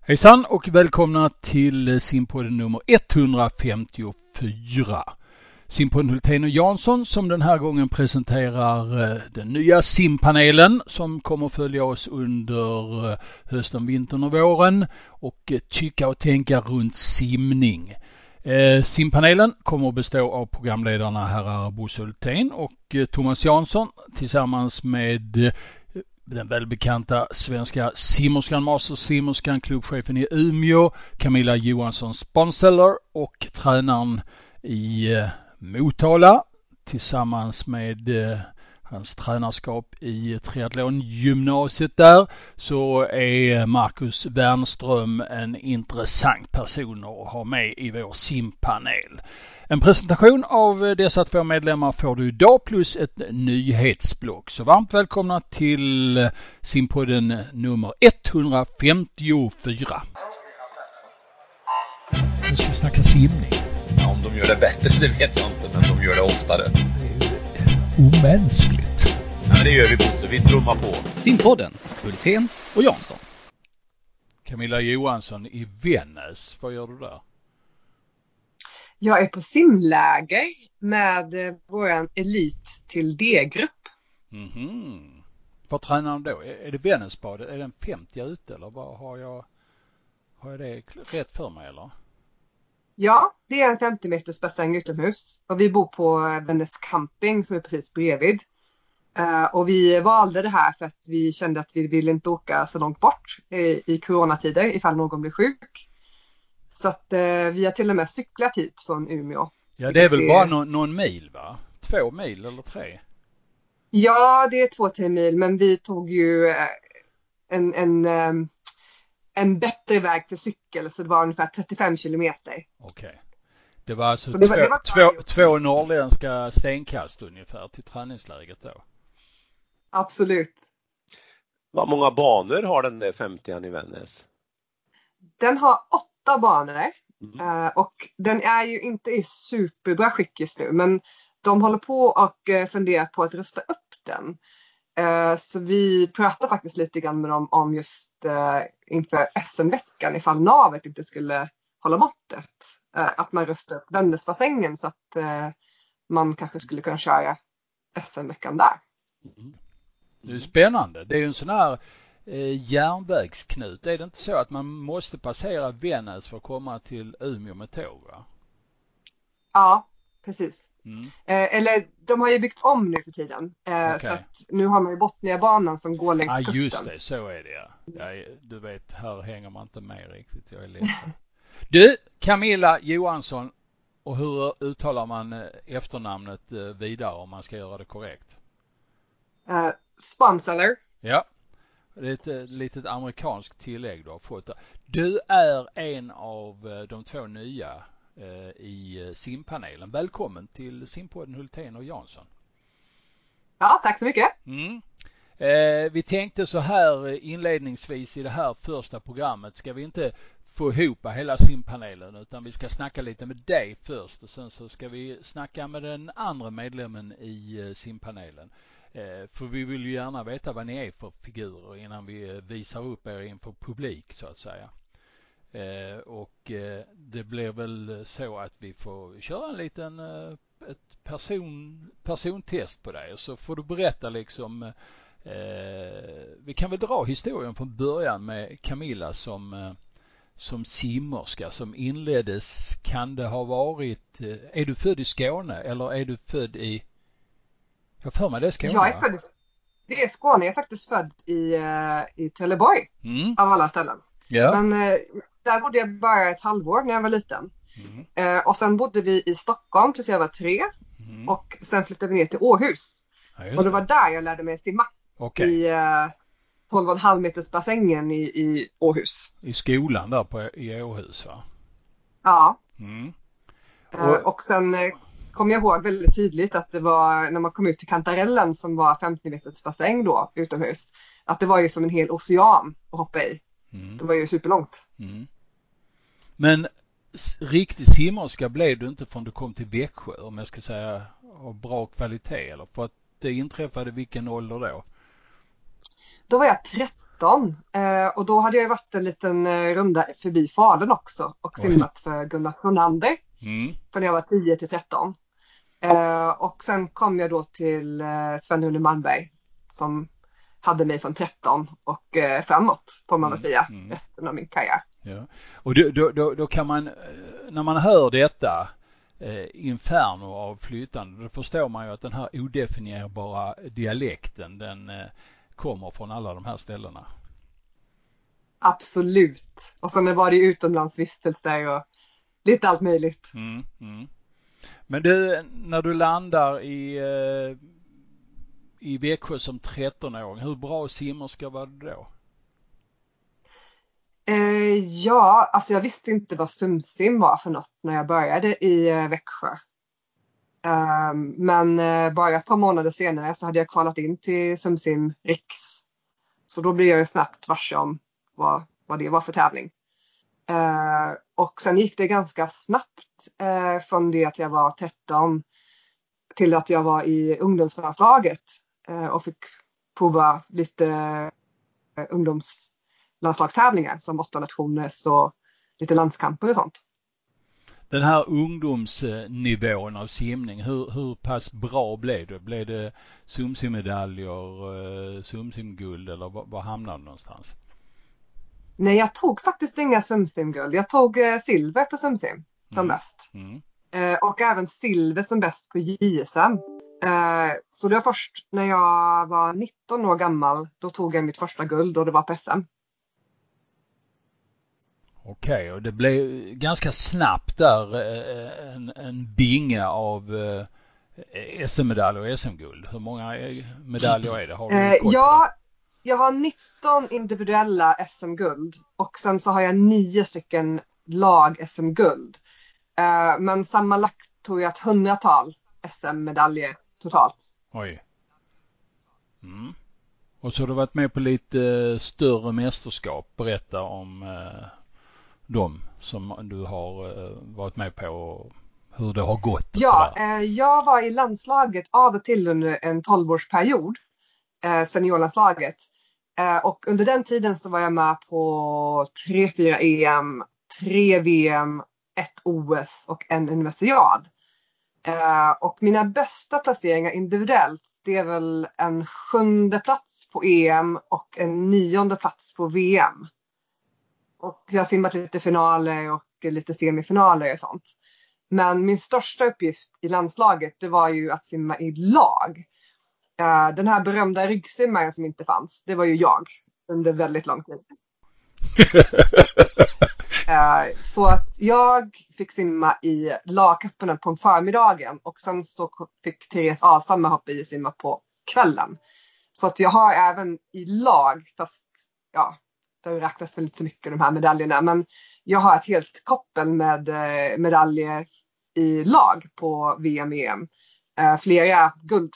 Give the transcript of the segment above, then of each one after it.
Hejsan och välkomna till simpodden nummer 154. Simpodden Hultén och Jansson som den här gången presenterar den nya simpanelen som kommer följa oss under hösten, vintern och våren och tycka och tänka runt simning. Simpanelen kommer att bestå av programledarna herrar Bosse Hultén och Thomas Jansson tillsammans med den välbekanta svenska simmerskan, mastersimmerskan, klubbchefen i Umeå, Camilla Johansson Sponseller och tränaren i Motala tillsammans med hans tränarskap i triathlongymnasiet där, så är Marcus Wernström en intressant person att ha med i vår simpanel. En presentation av dessa två medlemmar får du idag plus ett nyhetsblock. Så varmt välkomna till simpodden nummer 154. Nu ska vi snacka simning. Ja, om de gör det bättre, det vet jag inte, men de gör det oftare. Det är ju omänskligt. Ja, men det gör vi, Bosse. Vi trummar på. Simpodden, Hultén och Jansson. Camilla Johansson i Vännäs, vad gör du där? Jag är på simläger med vår elit till D-grupp. Mhm. Vad tränar de då? Är det Vännäsbadet? Är det en 50 ute eller vad har jag det rätt för mig eller? Ja, det är en 50 meters bassäng utomhus och vi bor på Vännäs camping som är precis bredvid. Och vi valde det här för att vi kände att vi ville inte åka så långt bort i coronatider ifall någon blir sjuk. Så att vi har till och med cyklat hit från Umeå. Ja, det är väl bara någon mil va? 2 mil eller 3? Ja, det är 2-3 mil, men vi tog ju en bättre väg till cykel, så det var ungefär 35 kilometer. Okej. Det var alltså så det var två norrländska stenkast ungefär till träningsläget då? Absolut. Vad många banor har den där 50an i Vännäs? Den har 8 banor. Och den är ju inte i superbra skick just nu, men de håller på och funderar på att rusta upp den. Så vi pratar faktiskt lite grann med dem om just inför SM-veckan ifall navet inte skulle hålla måttet. Att man rustar upp Vännäsbassängen så att man kanske skulle kunna köra SM-veckan där. Det är spännande. Det är ju en sån här järnvägsknut. Är det inte så att man måste passera Vännäs för att komma till Umeå med tåg va? Ja, precis. Eller de har ju byggt om nu för tiden. Okay. Så att nu har man ju Botniabanan som går längs kusten. Just det, så är det ja. Du vet, här hänger man inte med riktigt. Jag är ledsen. Du, Camilla Johansson, och hur uttalar man efternamnet vidare om man ska göra det korrekt? Sponseller. Ja. Det är ett litet amerikanskt tillägg du har fått. Du är en av de 2 nya i simpanelen. Välkommen till simpodden Hultén och Jansson. Ja, tack så mycket. Vi tänkte så här inledningsvis i det här första programmet ska vi inte få ihop hela simpanelen utan vi ska snacka lite med dig först och sen så ska vi snacka med den andra medlemmen i simpanelen. För vi vill ju gärna veta vad ni är för figurer innan vi visar upp er inför publik så att säga. Och det blir väl så att vi får köra en liten ett persontest på dig och så får du berätta liksom vi kan väl dra historien från början med Camilla som simmerska som inleddes. Kan det ha varit, är du född i Skåne eller är du född i, jag för mig det är Skåne? Jag är född, det är Skåne, jag är faktiskt född i Trelleborg av alla ställen. Ja. Men där bodde jag bara ett halvår när jag var liten. Och sen bodde vi i Stockholm tills jag var 3 och sen flyttade vi ner till Åhus. Ja, och det var där jag lärde mig simma. Okay. I 12,5 meters bassängen i Åhus. I skolan där i Åhus va? Ja. Och sen kommer jag ihåg väldigt tydligt att det var när man kom ut till Kantarellen som var 50 meters bassäng då utomhus. Att det var ju som en hel ocean att hoppa i. Det var ju superlångt. Men riktigt simmerska blev du inte förrän du kom till Växjö om jag ska säga av bra kvalitet eller för att det inträffade vilken ålder då? Då var jag 13 och då hade jag varit en liten runda förbi Falun också och simmat för Gunnar Kronander från jag var 10 till 13. Och sen kom jag då till Sven-Olle Malmberg som hade mig från 13 och framåt får man väl säga resten av min karriär. Ja. Och då kan man, när man hör detta inferno av flytande, då förstår man ju att den här odefinierbara dialekten den kommer från alla de här ställena. Absolut. Och sen var det ju utomlandsvistelser och lite allt möjligt. Men du, när du landar i Växjö som 13-åring, hur bra simmerska var du då? Ja, alltså jag visste inte vad SumSim var för något när jag började i Växjö. Men bara ett par månader senare så hade jag kvalat in till SumSim Riks. Så då blev jag ju snabbt varse om vad det var för tävling. Och sen gick det ganska snabbt från det att jag var 13 till att jag var i ungdomslandslaget och fick prova lite ungdomslandslagstävlingar som 8 nationers och lite landskamper och sånt. Den här ungdomsnivån av simning, hur pass bra blev det? Blev det SumSim-medaljer, SumSim-guld eller var hamnade du någonstans? Nej, jag tog faktiskt inga SumSim-guld. Jag tog silver på SumSim som bäst. Och även silver som bäst på JSM. Så det var först när jag var 19 år gammal, då tog jag mitt första guld och det var på SM. Okej, och det blev ganska snabbt där en binge av SM-medaljer och SM-guld. Hur många medaljer är det? Har du koll på? Jag har 19 individuella SM-guld och sen så har jag 9 stycken lag-SM-guld. Men sammanlagt tog jag ett 100-tal SM-medaljer totalt. Oj. Och så har du varit med på lite större mästerskap. Berätta om dem som du har varit med på och hur det har gått. Och jag var i landslaget av och till under en 12-årsperiod. Seniorlandslaget. Och under den tiden så var jag med på 3-4 EM, 3 VM, 1 OS och en universiad. Och mina bästa placeringar individuellt, det är väl en 7:e plats på EM och en 9:e plats på VM. Och jag har simmat lite finaler och lite semifinaler och sånt. Men min största uppgift i landslaget, det var ju att simma i lag. Den här berömda ryggsimmaren som inte fanns, det var ju jag under väldigt lång tid. Så att jag fick simma i lagcuperna på förmiddagen och sen så fick Therese Alshammar hoppa i simma på kvällen. Så att jag har även i lag, fast det räknas väl inte så mycket de här medaljerna, men jag har ett helt koppel med medaljer i lag på VM-EM. Flera guld.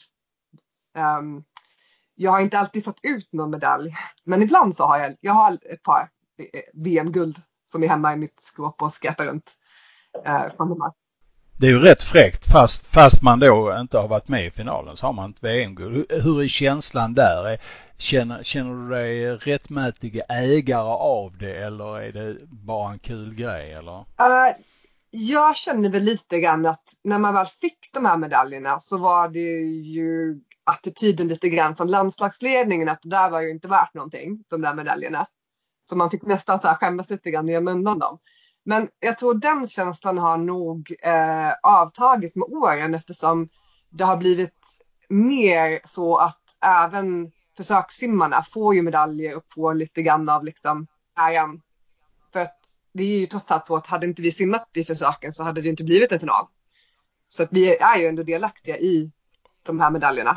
Jag har inte alltid fått ut någon medalj, men ibland så har jag har ett par VM-guld som är hemma i mitt skåp och skrattar runt från de här. Det är ju rätt fräckt, fast man då inte har varit med i finalen så har man ett VM-guld. Hur är känslan där? Känner du dig rättmätiga ägare av det eller är det bara en kul grej? Eller? Jag känner väl lite grann att när man väl fick de här medaljerna så var det ju attityden lite grann från landslagsledningen att det där var ju inte värt någonting, de där medaljerna. Så man fick nästan så här skämmas lite grann och gömma undan dem. Men jag tror den känslan har nog avtagit med åren eftersom det har blivit mer så att även försökssimmarna får ju medaljer och får lite grann av liksom äran. För att det är ju trots allt så att hade inte vi simmat i försöken så hade det inte blivit en final. Så att vi är ju ändå delaktiga i de här medaljerna.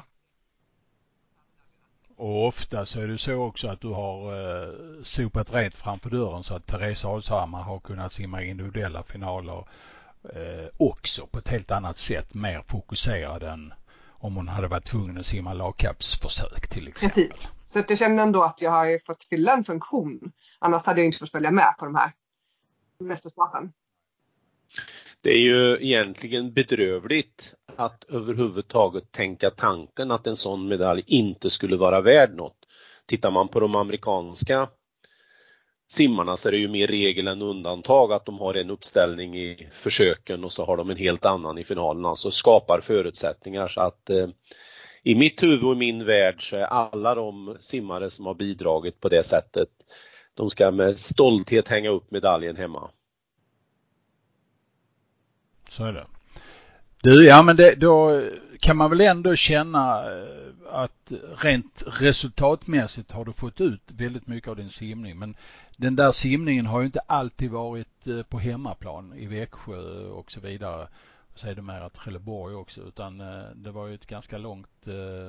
Och ofta så är det så också att du har sopat rent framför dörren så att Therese Alshammar har kunnat simma individuella finaler också på ett helt annat sätt, mer fokuserad än om hon hade varit tvungen att simma lagkappsförsök till exempel. Precis, så att jag känner ändå att jag har fått fylla en funktion. Annars hade jag inte fått följa med på de här mästerskapen. Det är ju egentligen bedrövligt att överhuvudtaget tänka tanken att en sån medalj inte skulle vara värd något. tittar man på de amerikanska simmarna så är det ju mer regel än undantag att de har en uppställning i försöken och så har de en helt annan i finalen. Alltså skapar förutsättningar så att i mitt huvud och i min värld så är alla de simmare som har bidragit på det sättet, de ska med stolthet hänga upp medaljen hemma. Så är det. Du, ja men då kan man väl ändå känna att rent resultatmässigt har du fått ut väldigt mycket av din simning. Men den där simningen har ju inte alltid varit på hemmaplan i Växjö och så vidare. Så är det mer att Trelleborg också. Utan det var ju ett ganska långt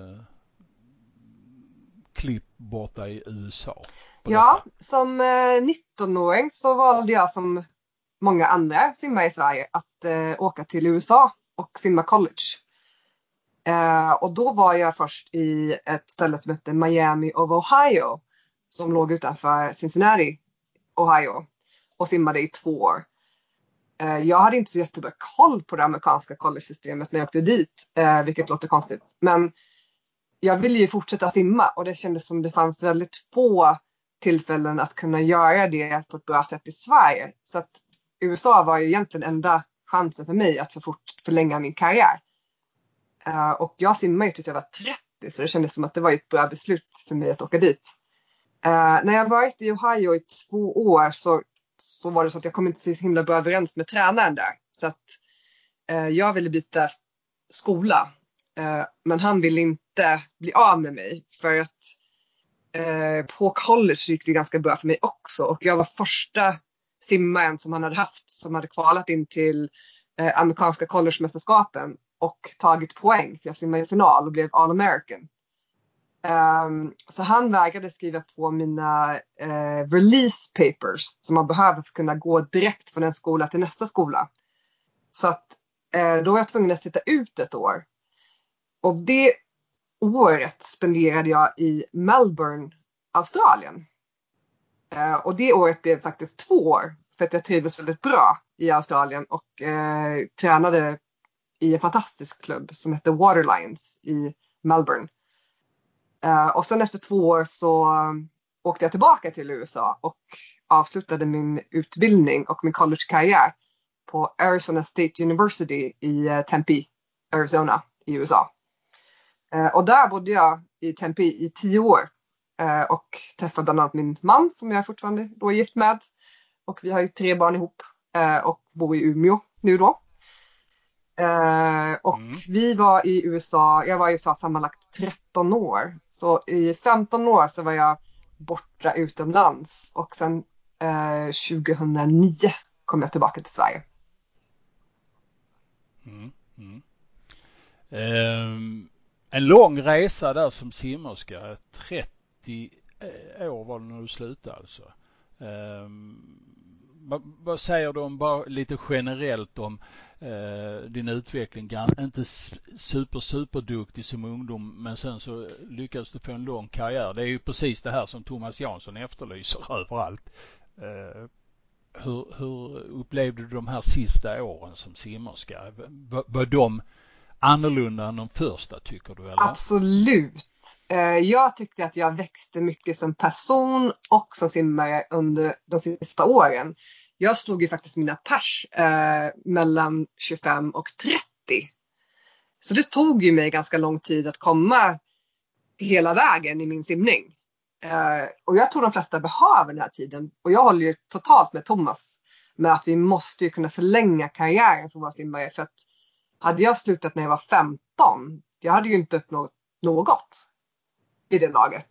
klipp borta i USA. Ja, som 19-åring så valde jag som många andra simmare i Sverige att åka till USA och simma college. Och då var jag först i ett ställe som heter Miami of Ohio som låg utanför Cincinnati, Ohio, och simmade i 2 år. Jag hade inte så jättebra koll på det amerikanska college-systemet när jag åkte dit, vilket låter konstigt. Men jag ville ju fortsätta simma och det kändes som det fanns väldigt få tillfällen att kunna göra det på ett bra sätt i Sverige. Så att USA var ju egentligen enda chansen för mig att förlänga min karriär. Och jag simmade ju tills jag var 30 så det kändes som att det var ett bra beslut för mig att åka dit. När jag varit i Ohio i 2 år så var det så att jag kom inte så himla bra överens med tränaren där. Så att jag ville byta skola. Men han ville inte bli av med mig för att på college gick det ganska bra för mig också. Och jag var första simmaren som han hade haft som hade kvalat in till amerikanska college-mästerskapen och tagit poäng. För jag simmade i final och blev All-American. Så han vägrade skriva på mina release papers som man behöver för att kunna gå direkt från en skola till nästa skola. Så att då var jag tvungen att sitta ut ett år. Och det året spenderade jag i Melbourne, Australien. Och det året blev faktiskt 2 år för att jag trivdes väldigt bra i Australien och tränade i en fantastisk klubb som heter Waterlines i Melbourne. Och sen efter 2 år så åkte jag tillbaka till USA och avslutade min utbildning och min collegekarriär på Arizona State University i Tempe, Arizona i USA. Och där bodde jag i Tempe i 10 år och träffade bland annat min man som jag fortfarande då är gift med. Och vi har ju 3 barn ihop och bor i Umeå nu då. Och vi var i USA, jag var i USA sammanlagt 13 år. Så i 15 år så var jag borta utomlands och sen 2009 kom jag tillbaka till Sverige. En lång resa där som simmerska, 30 år var det när du slutade alltså. Vad säger du om bara lite generellt om din utveckling? Inte superduktig som ungdom men sen så lyckades du få en lång karriär. Det är ju precis det här som Thomas Jansson efterlyser överallt. Hur upplevde du de här sista åren som simmerska? Var de annorlunda än de första tycker du? Eller? Absolut. Jag tyckte att jag växte mycket som person och som simmare under de sista åren. Jag slog ju faktiskt mina pers mellan 25 och 30. Så det tog ju mig ganska lång tid att komma hela vägen i min simning. Och jag tror de flesta behöver den här tiden. Och jag håller ju totalt med Thomas med att vi måste ju kunna förlänga karriären för våra simmare. För att hade jag slutat när jag var 15, jag hade ju inte uppnått något i det laget.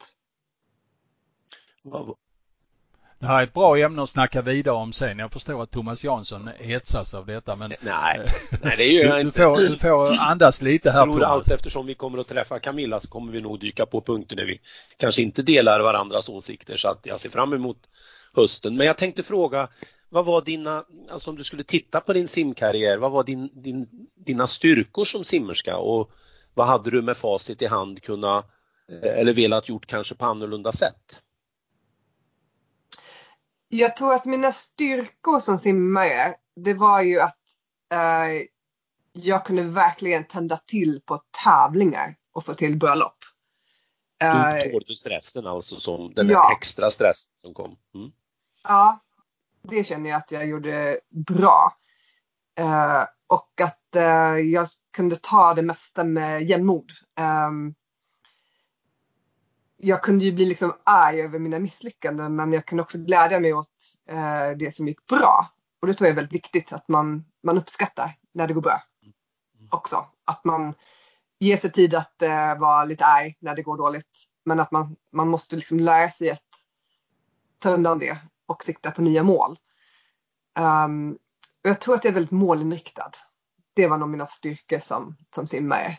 Det här är ett bra ämne att snacka vidare om sen. Jag förstår att Thomas Jansson hetsas av detta. Men nej det är ju du får andas lite här, Thomas. Allt eftersom vi kommer att träffa Camilla så kommer vi nog dyka på punkter där vi kanske inte delar varandras åsikter. Så att jag ser fram emot hösten. Men jag tänkte fråga, vad var alltså om du skulle titta på din simkarriär, vad var dina styrkor som simmerska och vad hade du med facit i hand eller velat gjort kanske på annorlunda sätt? Jag tror att mina styrkor som simmare, det var ju att jag kunde verkligen tända till på tävlingar och få till bröllop. Då tål du stressen, alltså som den där extra stress som kom. Ja, det känner jag att jag gjorde bra. Och att jag kunde ta det mesta med jämnmod. Jag kunde ju bli liksom arg över mina misslyckanden, men jag kunde också glädja mig åt det som gick bra. Och det tror jag är väldigt viktigt, att man uppskattar när det går bra också. Att man ger sig tid att vara lite arg när det går dåligt. Men att man måste liksom lära sig att ta undan det och sikta på nya mål. Jag tror att jag är väldigt målinriktad. Det var nog mina styrkor som simmare.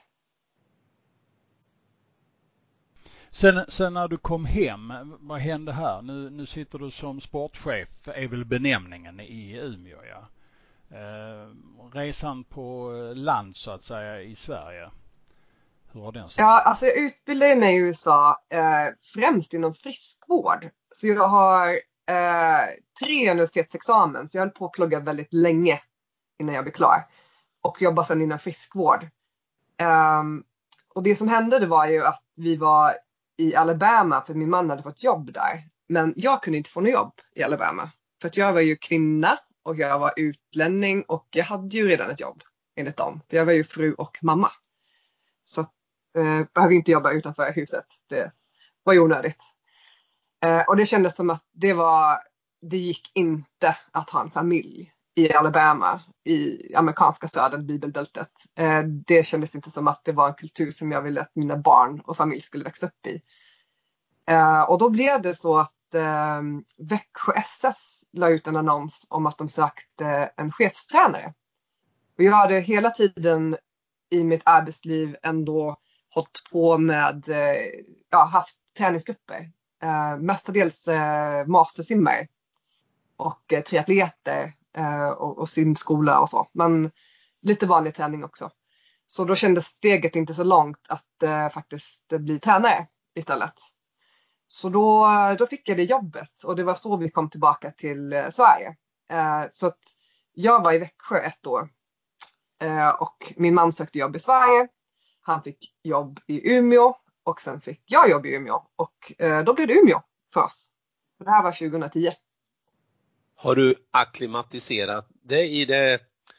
Sen när du kom hem, vad hände här? Nu sitter du som sportchef, är väl benämningen, i Umeå, ja. Resan på land så att säga i Sverige. Hur har den sett? Ja, alltså jag utbildade mig i USA främst inom friskvård. Så jag har 3 universitetsexamen, så jag höll på att plugga väldigt länge innan jag blev klar. Och jobbade sedan inom friskvård. Och det som hände, det var ju att vi var i Alabama för att min man hade fått jobb där. Men jag kunde inte få något jobb i Alabama. För att jag var ju kvinna och jag var utlänning och jag hade ju redan ett jobb enligt dem. För jag var ju fru och mamma. Så behövde inte jobba utanför huset. Det var ju onödigt. Och det kändes som att det gick inte att ha en familj i Alabama, i amerikanska södern, bibelbältet. Det kändes inte som att det var en kultur som jag ville att mina barn och familj skulle växa upp i. Och då blev det så att Växjö SS la ut en annons om att de sökte en chefstränare. Och jag hade hela tiden i mitt arbetsliv ändå hållit på med, haft träningsgrupper. Mestadels mastersimmare och triatleter och simskola och så. Men lite vanlig träning också. Så då kändes steget inte så långt att faktiskt bli tränare istället. Så då fick jag det jobbet och det var så vi kom tillbaka till Sverige. Så att jag var i Växjö 1 år och min man sökte jobb i Sverige. Han fick jobb i Umeå och sen fick jag jobb i Umeå och då blev det Umeå för oss. Det här var 2010. Har du akklimatiserat dig i det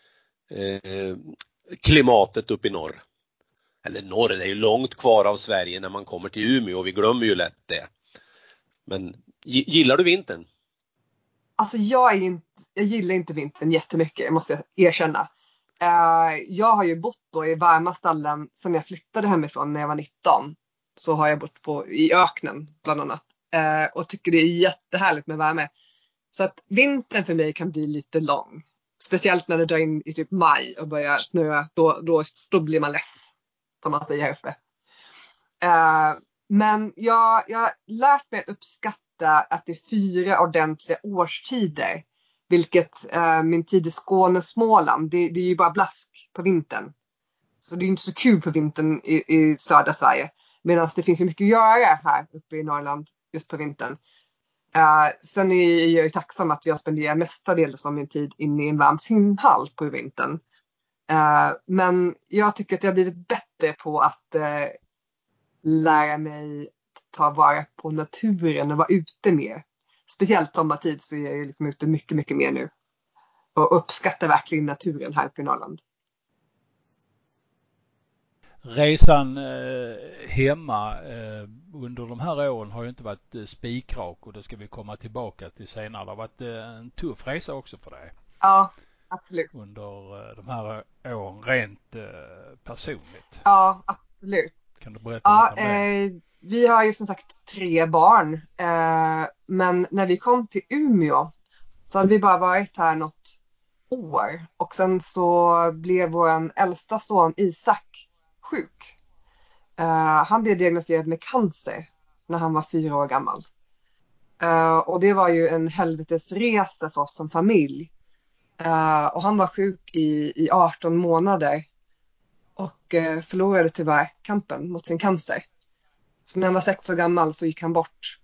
klimatet uppe i norr? Eller norr, det är ju långt kvar av Sverige när man kommer till Umeå och vi glömmer ju lätt det. Men gillar du vintern? Alltså jag gillar inte vintern jättemycket, måste jag erkänna. Jag har ju bott då i varma ställen sedan jag flyttade hemifrån när jag var 19. Så har jag bott i öknen bland annat. Och tycker det är jättehärligt med värme. Så att vintern för mig kan bli lite lång. Speciellt när det drar in i typ maj och börjar snöa. Då blir man less, som man säger här uppe. Men jag har lärt mig att uppskatta att det är 4 ordentliga årstider. Vilket min tid i Skåne, Småland, det är ju bara blask på vintern. Så det är inte så kul på vintern i södra Sverige. Medan det finns ju mycket att göra här uppe i Norrland just på vintern. Sen är jag ju tacksam att jag spenderar mestadels av min tid inne i en varm simhall på vintern. Men jag tycker att jag har blivit bättre på att lära mig ta vara på naturen och vara ute mer. Speciellt sommartid så är jag liksom ute mycket, mycket mer nu. Och uppskattar verkligen naturen här uppe i Norrland. Resan hemma under de här åren har ju inte varit spikrak och det ska vi komma tillbaka till senare. Det har varit en tuff resa också för dig. Ja, absolut. Under de här åren rent personligt. Ja, absolut. Kan du berätta lite om det? Vi har ju som sagt 3 barn. Men när vi kom till Umeå så hade vi bara varit här något år. Och sen så blev vår äldsta son Isak sjuk. Han blev diagnostiserad med cancer när han var 4 år gammal. Och det var ju en helvetesresa för oss som familj. Och han var sjuk i 18 månader. Och förlorade tyvärr kampen mot sin cancer. Så när han var 6 år gammal så gick han bort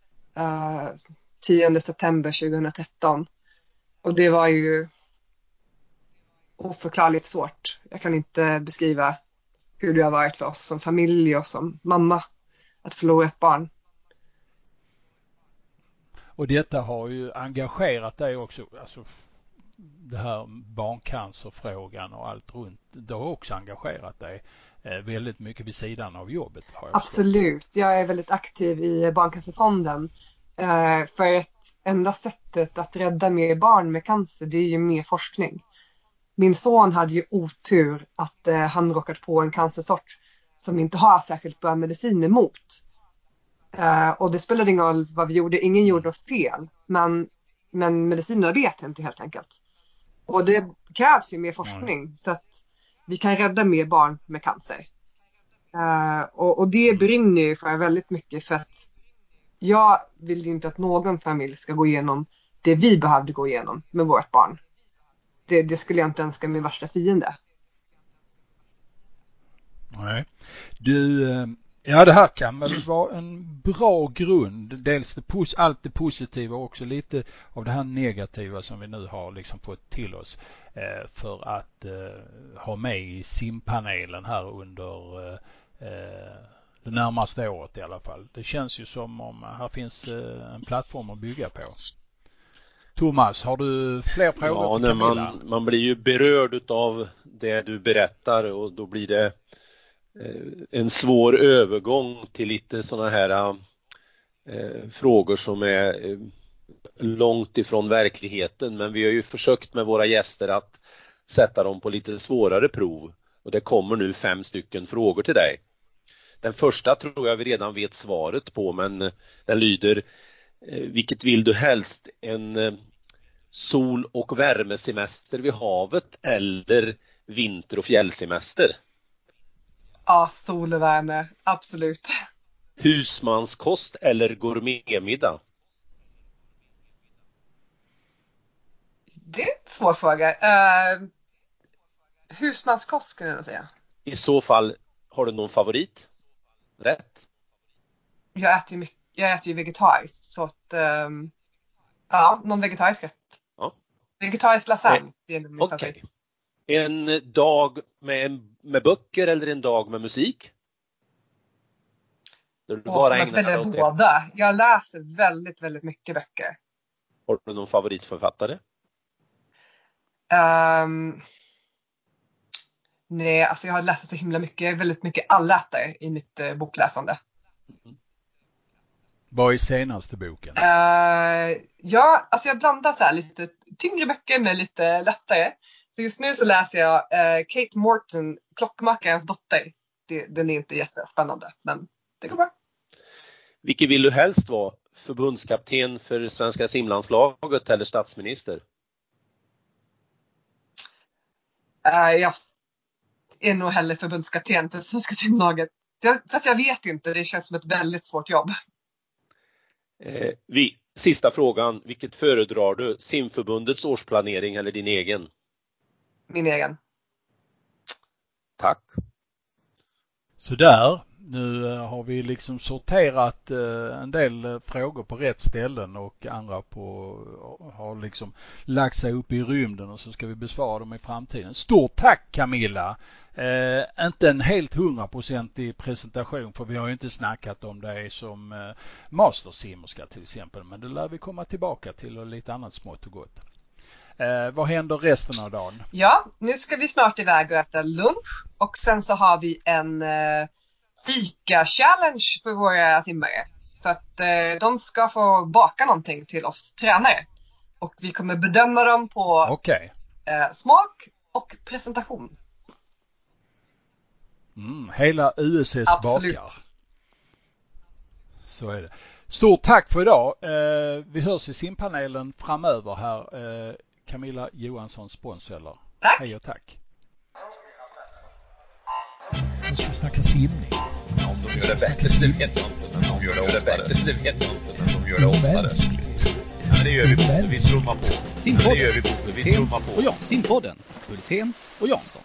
10 september 2013. Och det var ju oförklarligt svårt. Jag kan inte beskriva hur det har varit för oss som familj och som mamma att förlora ett barn. Och detta har ju engagerat dig också, alltså det här barncancerfrågan och allt runt, det har också engagerat dig väldigt mycket vid sidan av jobbet. Har jag Absolut, jag är väldigt aktiv i Barncancerfonden för att enda sättet att rädda mer barn med cancer, det är ju mer forskning. Min son hade ju otur att han råkat på en cancersort som inte har särskilt bra mediciner mot. Och det spelade ingen roll vad vi gjorde, ingen gjorde något fel. Men medicinerna vet inte helt enkelt. Och det krävs ju mer forskning så att vi kan rädda mer barn med cancer. Och det brinner ju för väldigt mycket för att jag vill inte att någon familj ska gå igenom det vi behövde gå igenom med vårt barn. Det skulle jag inte önska min värsta fiende. Nej. Du, ja, det här kan väl vara en bra grund. Dels allt det positiva och också lite av det här negativa som vi nu har liksom fått till oss för att ha med i simpanelen här under det närmaste året i alla fall. Det känns ju som om här finns en plattform att bygga på. Thomas, har du fler frågor till Camilla? Man blir ju berörd av det du berättar och då blir det en svår övergång till lite såna här frågor som är långt ifrån verkligheten, men vi har ju försökt med våra gäster att sätta dem på lite svårare prov och det kommer nu 5 stycken frågor till dig. Den första tror jag vi redan vet svaret på, men den lyder: vilket vill du helst, en sol- och värmesemester vid havet eller vinter- och fjällsemester? Ja, sol och värme, absolut. Husmanskost eller gourmetmiddag? Det är en svår fråga. Husmanskost skulle jag säga. I så fall, har du någon favorit? Rätt? Jag äter ju vegetariskt, så att ja, någon vegetarisk rätt. Ja. Vegetarisk lasagne, det är min favorit. En dag med böcker eller en dag med musik? Du bara ägnar båda. Jag läser väldigt, väldigt mycket böcker. Har du någon favoritförfattare? Nej, alltså jag har läst så himla mycket. Jag är väldigt mycket allätare i mitt bokläsande. Vad är senaste boken? Ja, alltså jag blandar så här lite tyngre böcker med lite lättare. Så just nu så läser jag Kate Morton, Klockmakarens dotter. Den är inte jättespännande, men det går bra. Vilken vill du helst vara? Förbundskapten för svenska simlandslaget eller statsminister? Jag är nog hellre förbundskapten för svenska simlaget. Fast jag vet inte, det känns som ett väldigt svårt jobb. Sista frågan, vilket föredrar du? Simförbundets årsplanering eller din egen? Min egen. Tack. Så där, nu har vi liksom sorterat en del frågor på rätt ställen och andra har liksom lagt sig upp i rymden och så ska vi besvara dem i framtiden. Stort tack Camilla! Inte en helt 100% presentation, för vi har ju inte snackat om det som mastersimmerska till exempel, men det lär vi komma tillbaka till och lite annat smått och gott. Vad händer resten av dagen? Ja, nu ska vi snart iväg och äta lunch och sen så har vi en fika-challenge för våra simmare. Så att de ska få baka någonting till oss tränare. Och vi kommer bedöma dem på smak och presentation. Hela USS Absolut. bakar. Så är det. Stort tack för idag. Vi hörs i simpanelen framöver här. Camilla Johansson, sponsor. Tack. Hej och tack. Nu ska vi snacka simning. Om de gör det bättre, det vet jag inte. Men de gör det bättre, det vet jag inte. Men de gör det oftare. Mänskligt. Ja, det gör vi Bosse, vi trummar på. Simpodden. Det gör vi Bosse, vi trummar på. Och ja, Simpodden. Hultén och Jansson.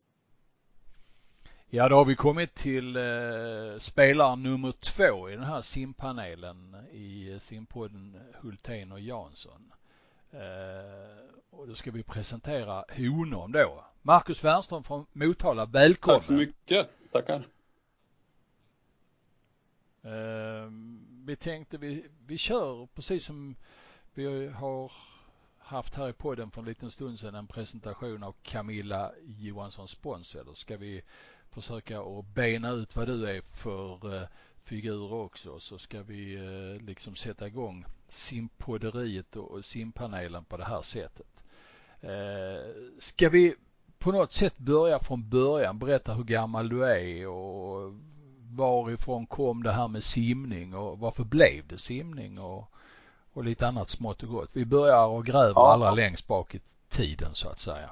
Ja, då har vi kommit till spelare nummer 2 i den här simpanelen i simpodden Hultén och Jansson. Och då ska vi presentera honom då. Marcus Wernström från Motala, välkommen. Tack så mycket, tackar. Vi tänkte vi kör precis som vi har haft här i podden för en liten stund sedan, en presentation av Camilla Johansson Spons. Eller ska vi försöka att bena ut vad du är för figur också, så ska vi liksom sätta igång simpodderiet och simpanelen på det här sättet. Ska vi på något sätt börja från början, berätta hur gammal du är och varifrån kom det här med simning och varför blev det simning och lite annat smått och gott. Vi börjar och gräver allra längst bak i tiden så att säga.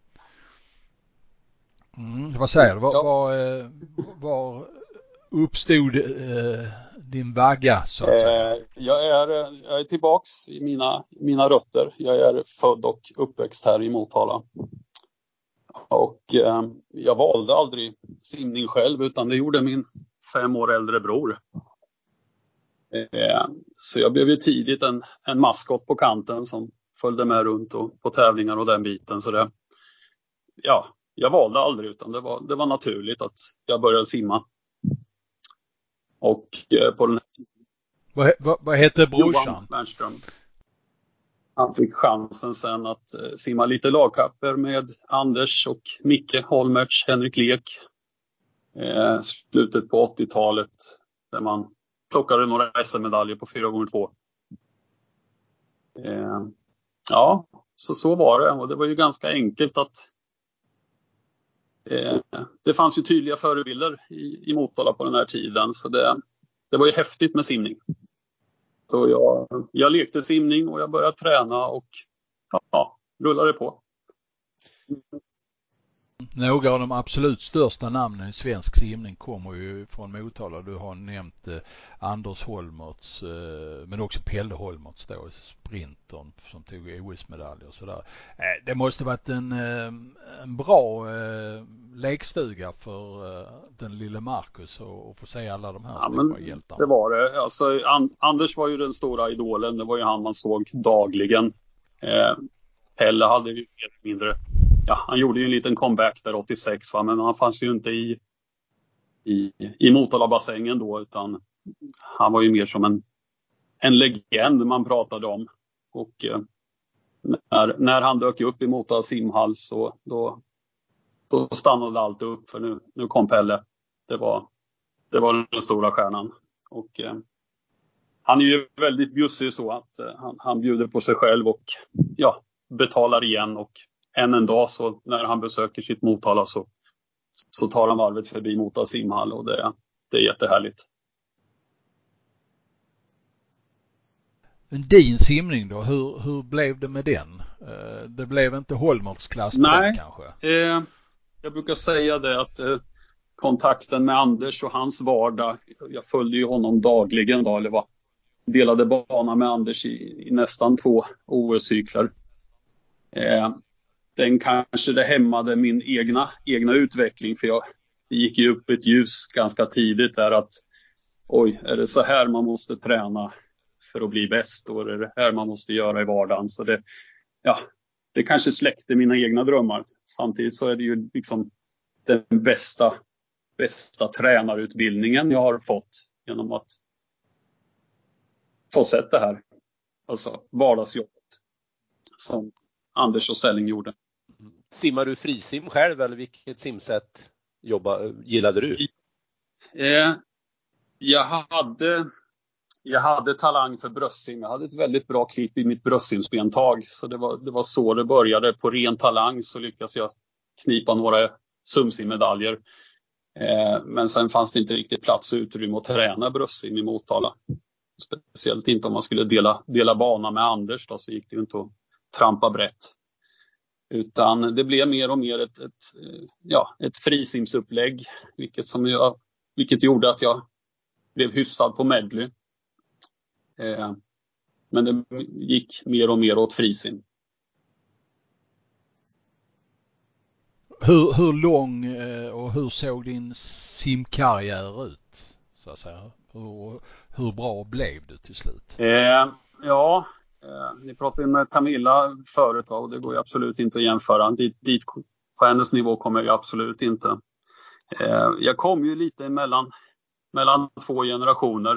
Vad säger du? Var uppstod din vagga så att säga? Jag är tillbaks i mina rötter. Jag är född och uppväxt här i Motala. Och jag valde aldrig simning själv, utan det gjorde min 5 år äldre bror. Så jag blev ju tidigt en maskot på kanten som följde med runt och på tävlingar och den biten. Så jag valde aldrig, utan det var naturligt att jag började simma. Och på den här vad heter brorsan? Johan Wernström. Han fick chansen sen att simma lite lagkapper med Anders och Micke Holmertz, Henrik Lek. Slutet på 80-talet där man plockade några SM-medaljer på 4x2. Så var det. Och det var ju ganska enkelt att det fanns ju tydliga förebilder i Motala på den här tiden. Så det var ju häftigt med simning. Så jag lekte simning och jag började träna och rullade på. Några av de absolut största namnen i svensk simning kommer ju från Motala. Du har nämnt Anders Holmertz, men också Pelle Holmertz då, sprintern som tog OS-medaljer och sådär. Det måste varit en bra lekstuga för den lille Marcus att få se alla de här stora hjältarna. Det var det. Alltså, Anders var ju den stora idolen. Det var ju han man såg dagligen. Pelle hade ju mer eller mindre... Ja, han gjorde ju en liten comeback där 86, men han fanns ju inte i Motala-bassängen då, utan han var ju mer som en legend man pratade om. Och när han dök upp i Motala simhall så då stannade allt upp, för nu kom Pelle. Det var den stora stjärnan. Och han är ju väldigt bjussig så att han bjuder på sig själv och betalar igen. Och en dag så när han besöker sitt Motala så tar han varvet förbi Motala simhall, och det är jättehärligt. Men din simning då, hur blev det med den? Det blev inte Holmertz klass på den kanske? Jag brukar säga det att kontakten med Anders och hans vardag, jag följde ju honom dagligen då, eller delade bana med Anders i nästan 2 OS-cyklar. Den kanske det hämmade min egna utveckling, för det gick ju upp ett ljus ganska tidigt där att är det så här man måste träna för att bli bäst, och är det här man måste göra i vardagen? Så det kanske släckte mina egna drömmar. Samtidigt så är det ju liksom den bästa tränarutbildningen jag har fått genom att få sett det här, alltså vardagsjobbet som Anders och Selling gjorde. Simmar du frisim själv, eller vilket simsätt gillade du? Jag hade talang för bröstsim. Jag hade ett väldigt bra klipp i mitt bröstsimsbentag, så det var så det började. På ren talang så lyckades jag knipa några sumsimmedaljer. Men sen fanns det inte riktigt plats och utrymme att träna bröstsim i Motala. Speciellt inte om man skulle dela bana med Anders då, så gick det ju inte att trampa brett. Utan det blev mer och mer ett frisimsupplägg, vilket gjorde att jag blev hyfsad på medley. Men det gick mer och mer åt frisim. Hur lång och hur såg din simkarriär ut, så att säga? Hur bra blev du till slut? Ni pratade med Camilla förut, och det går ju absolut inte att jämföra. Dit på hennes nivå kommer jag absolut inte. Jag kom ju lite emellan mellan 2 generationer.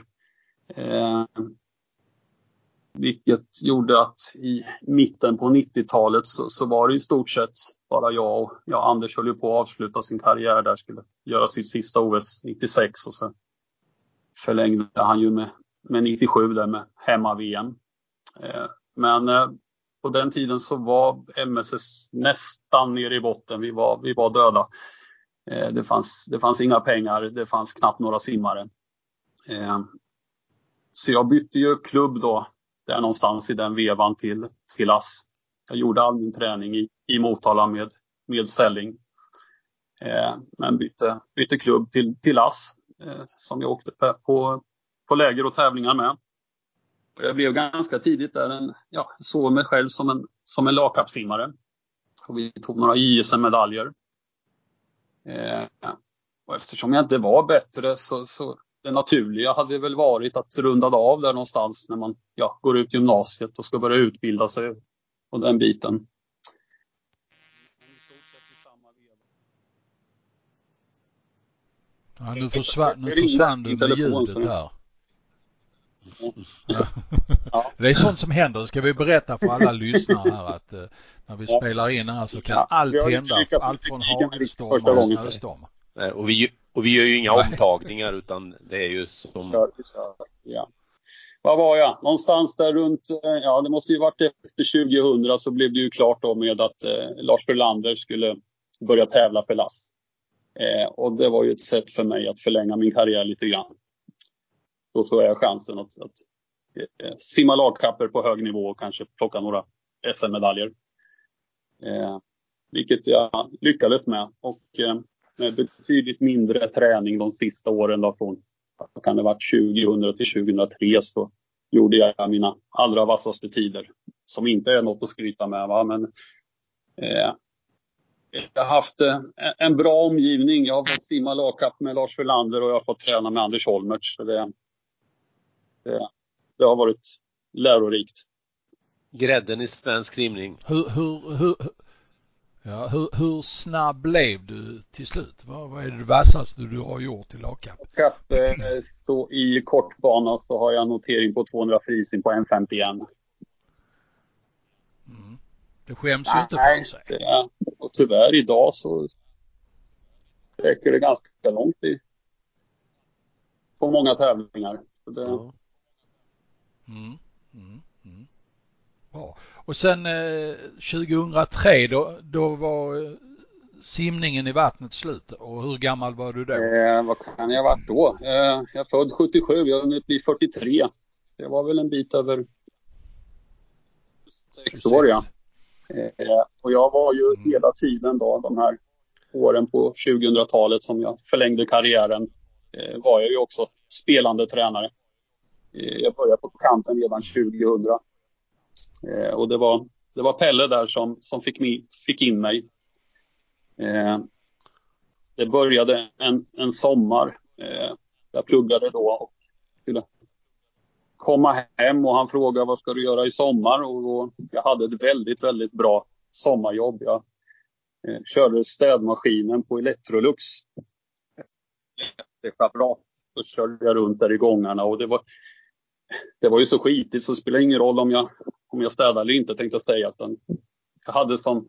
Vilket gjorde att i mitten på 90-talet så var det i stort sett bara jag och Anders höll ju på att avsluta sin karriär där, skulle göra sitt sista OS 96 och så förlängde han ju med 97 där med hemma-VM. Men på den tiden så var MSS nästan nere i botten. Vi var döda. Det fanns inga pengar, det fanns knappt några simmare. Så jag bytte ju klubb då, där någonstans i den vevan till ASS. Jag gjorde all min träning i Motala med Selling. Men bytte klubb till ASS som jag åkte på läger och tävlingar med. Och jag blev ganska tidigt där såg mig själv som en lagkapsimmare. Och vi tog några ISM-medaljer. Och eftersom jag inte var bättre så det naturliga hade väl varit att runda av där någonstans när man går ut gymnasiet och ska börja utbilda sig och den biten. Ja, nu försvann du med ljudet här. Ja. Det är sånt som händer. Ska vi berätta för alla lyssnare här att när vi spelar in här så kan allt hända. Allt från hagelstorm och snöstorm. Och vi gör ju inga omtagningar utan det är ju som... Ja. Vad var jag? Någonstans där runt, det måste ju varit efter 2000 så blev det ju klart då med att Lars Frölander skulle börja tävla för lass. Och det var ju ett sätt för mig att förlänga min karriär lite grann. Då tog jag chansen att simma lagkapper på hög nivå och kanske plocka några SM-medaljer. Vilket jag lyckades med. Och med betydligt mindre träning de sista åren då från kan det varit 2000 till 2003 så gjorde jag mina allra vassaste tider. Som inte är något att skryta med, va? Men jag har haft en bra omgivning. Jag har fått simma lagkapp med Lars Frölander och jag har fått träna med Anders Holmertz. Så det har varit lärorikt. Grädden i svensk simning. Hur snabb blev du till slut? Vad är det vassaste du har gjort i lagkapp? Så i kortbana så har jag notering på 200 frisim på 1,51. Det skäms ju inte för sig. Och tyvärr idag så räcker det ganska långt på många tävlingar. Så det... Bra. Och sen 2003 då var simningen i vattnet slut. Och hur gammal var du då? Vad kan jag ha varit då? Jag är född 77, jag har hunnit bli 43. Det var väl en bit över 6 år, ja. Och jag var ju hela tiden då, de här åren på 2000-talet som jag förlängde karriären, var jag ju också spelande tränare. Jag började på kanten redan 2000. Och det var Pelle där som fick in mig. Det började en sommar. Jag pluggade då och skulle komma hem och han frågade vad ska du göra i sommar, och då, jag hade ett väldigt, väldigt bra sommarjobb. Jag körde städmaskinen på Electrolux. Det var bra. Så körde jag runt där i gångarna och det var ju så skitigt så det spelar ingen roll om jag städade eller inte, tänkte jag säga. Jag hade som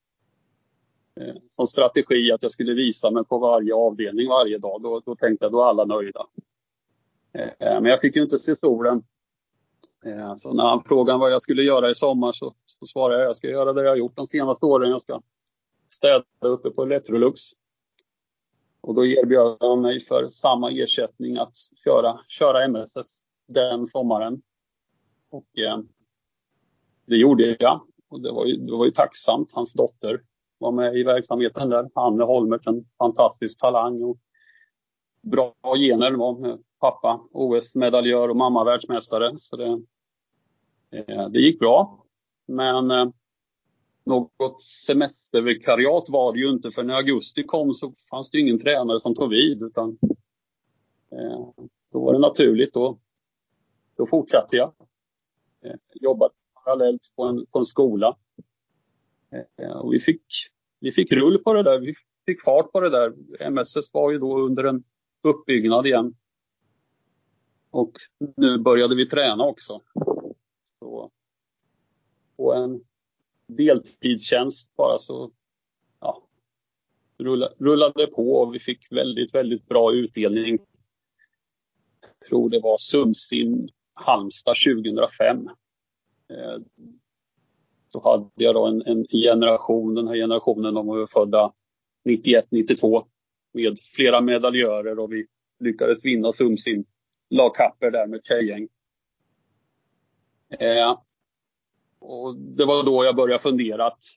strategi att jag skulle visa mig på varje avdelning varje dag. Då tänkte jag, då är alla nöjda. Men jag fick ju inte se solen. Så när han frågade vad jag skulle göra i sommar så svarade jag ska göra det jag har gjort de senaste åren. Jag ska städa uppe på Electrolux. Och då erbjöd han mig för samma ersättning att köra MSS den sommaren. Och det gjorde jag. Och det var ju tacksamt. Hans dotter var med i verksamheten där. Anne Holmertz, en fantastisk talang och bra gener, var med pappa OS-medaljör och mamma världsmästare. Så det gick bra. Men något semestervikariat var det ju inte, för när augusti kom så fanns det ju ingen tränare som tog vid, utan då var det naturligt. Då fortsatte jag. Jobbade parallellt på en skola. Och vi fick rull på det där. Vi fick fart på det där. MSS var ju då under en uppbyggnad igen. Och nu började vi träna också. Så på en deltidstjänst bara så rullade på och vi fick väldigt, väldigt bra utdelning. Jag tror det var Sumsim Halmstad 2005. Så hade jag då en generation, den här generationen, de var födda 91-92 med flera medaljörer och vi lyckades vinna Sumsim lagkapper där med tjejgäng. Och det var då jag började fundera att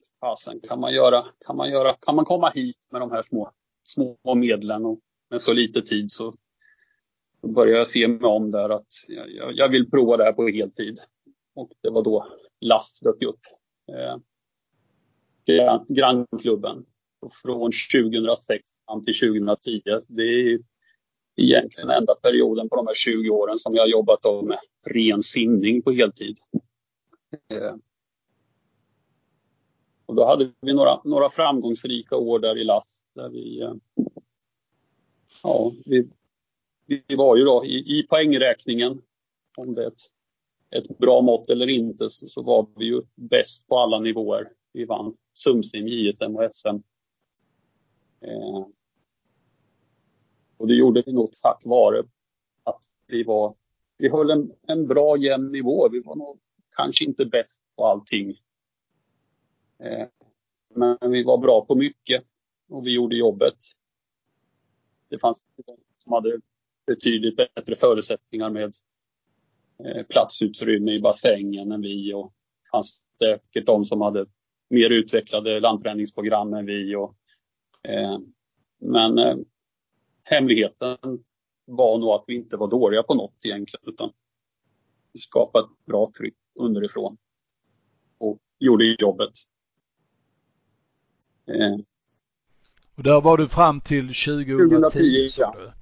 kan man komma hit med de här små medlen och med så lite tid, så började jag se mig om där att jag vill prova det här på heltid. Och det var då Last dök upp. Grannklubben. Och från 2006 fram till 2010. Det är egentligen enda perioden på de här 20 åren som jag har jobbat med ren simning på heltid. Och då hade vi några framgångsrika år där i Last. Där vi var ju då i poängräkningen, om det är ett bra mått eller inte, så var vi ju bäst på alla nivåer. Vi vann Sumsim, JSM och SM. Och det gjorde vi nog tack vare att vi höll en bra jämn nivå. Vi var nog kanske inte bäst på allting. Men vi var bra på mycket och vi gjorde jobbet. Det fanns de som hade betydligt bättre förutsättningar med platsutrymme i bassängen än vi, och fanns säkert de som hade mer utvecklade landträningsprogram än vi. Men hemligheten var nog att vi inte var dåliga på något egentligen, utan vi skapade ett bra tryck underifrån och gjorde jobbet. Och där var du fram till 2010 sa du?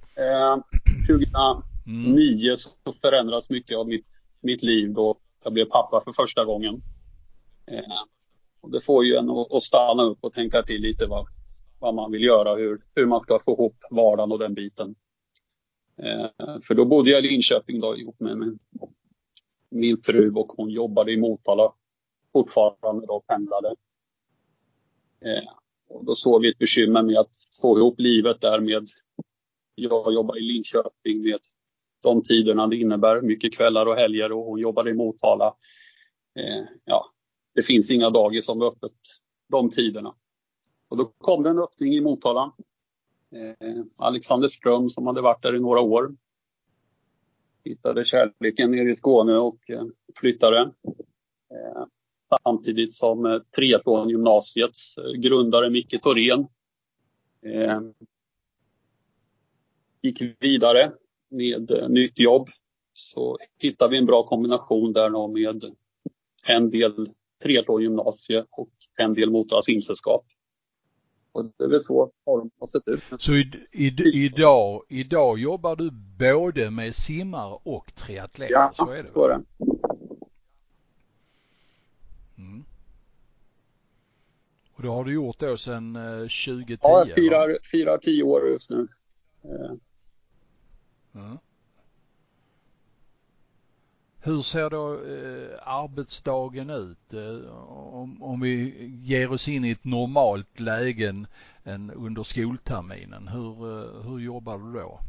2009 så förändras mycket av mitt liv då jag blev pappa för första gången. Och det får ju en att stanna upp och tänka till lite vad man vill göra, hur man ska få ihop vardagen och den biten. För då bodde jag i Linköping då, ihop med min fru, och hon jobbade i Motala fortfarande då, pendlade. Och då såg vi ett bekymmer med att få ihop livet där med, jag jobbar i Linköping med de tiderna det innebär, mycket kvällar och helger, och hon jobbade i Motala. Det finns inga dagis som är öppet de tiderna. Och då kom det en öppning i Motala. Alexander Ström som hade varit där i några år hittade kärleken nere i Skåne och flyttade. Samtidigt som Triathlon-gymnasiets grundare Micke Thorén gick vidare med nytt jobb, så hittade vi en bra kombination där med en del Triathlon-gymnasie och en del Motala simsällskap. Och det är väl så det har sett ut. Så idag jobbar du både med simmare och triatlet? Ja, så är det. Så är det. Mm. Och det har du gjort då sedan 2010? Ja, jag firar 10 år just nu. Hur ser då arbetsdagen ut om vi ger oss in i ett normalt läge under skolterminen? Hur jobbar du då?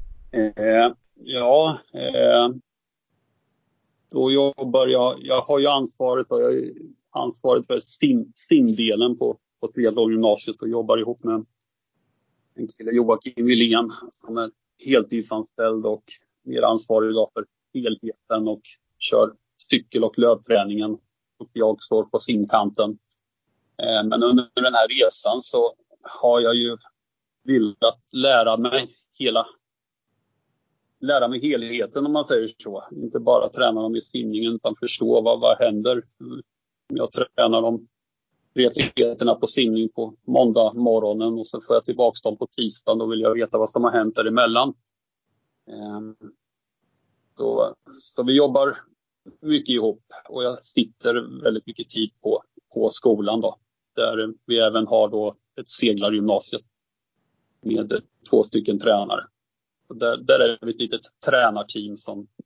Då jobbar jag har ju ansvaret för simdelen på Triathlon-gymnasiet och jobbar ihop med en kille, Joakim Wilén, som är heltidsanställd och mer ansvarig idag för helheten och kör cykel- och löpträningen, och jag står på simkanten. Men under den här resan så har jag ju velat lära mig helheten, om man säger så. Inte bara träna dem i simningen, utan förstå vad händer. Jag tränar dem retligheterna på simning på måndag morgonen och så får jag tillbaka dem på tisdagen. Då vill jag veta vad som har hänt däremellan. Så vi jobbar mycket ihop, och jag sitter väldigt mycket tid på skolan då, där vi även har då ett seglargymnasiet med 2 stycken tränare. Där är det ett litet tränarteam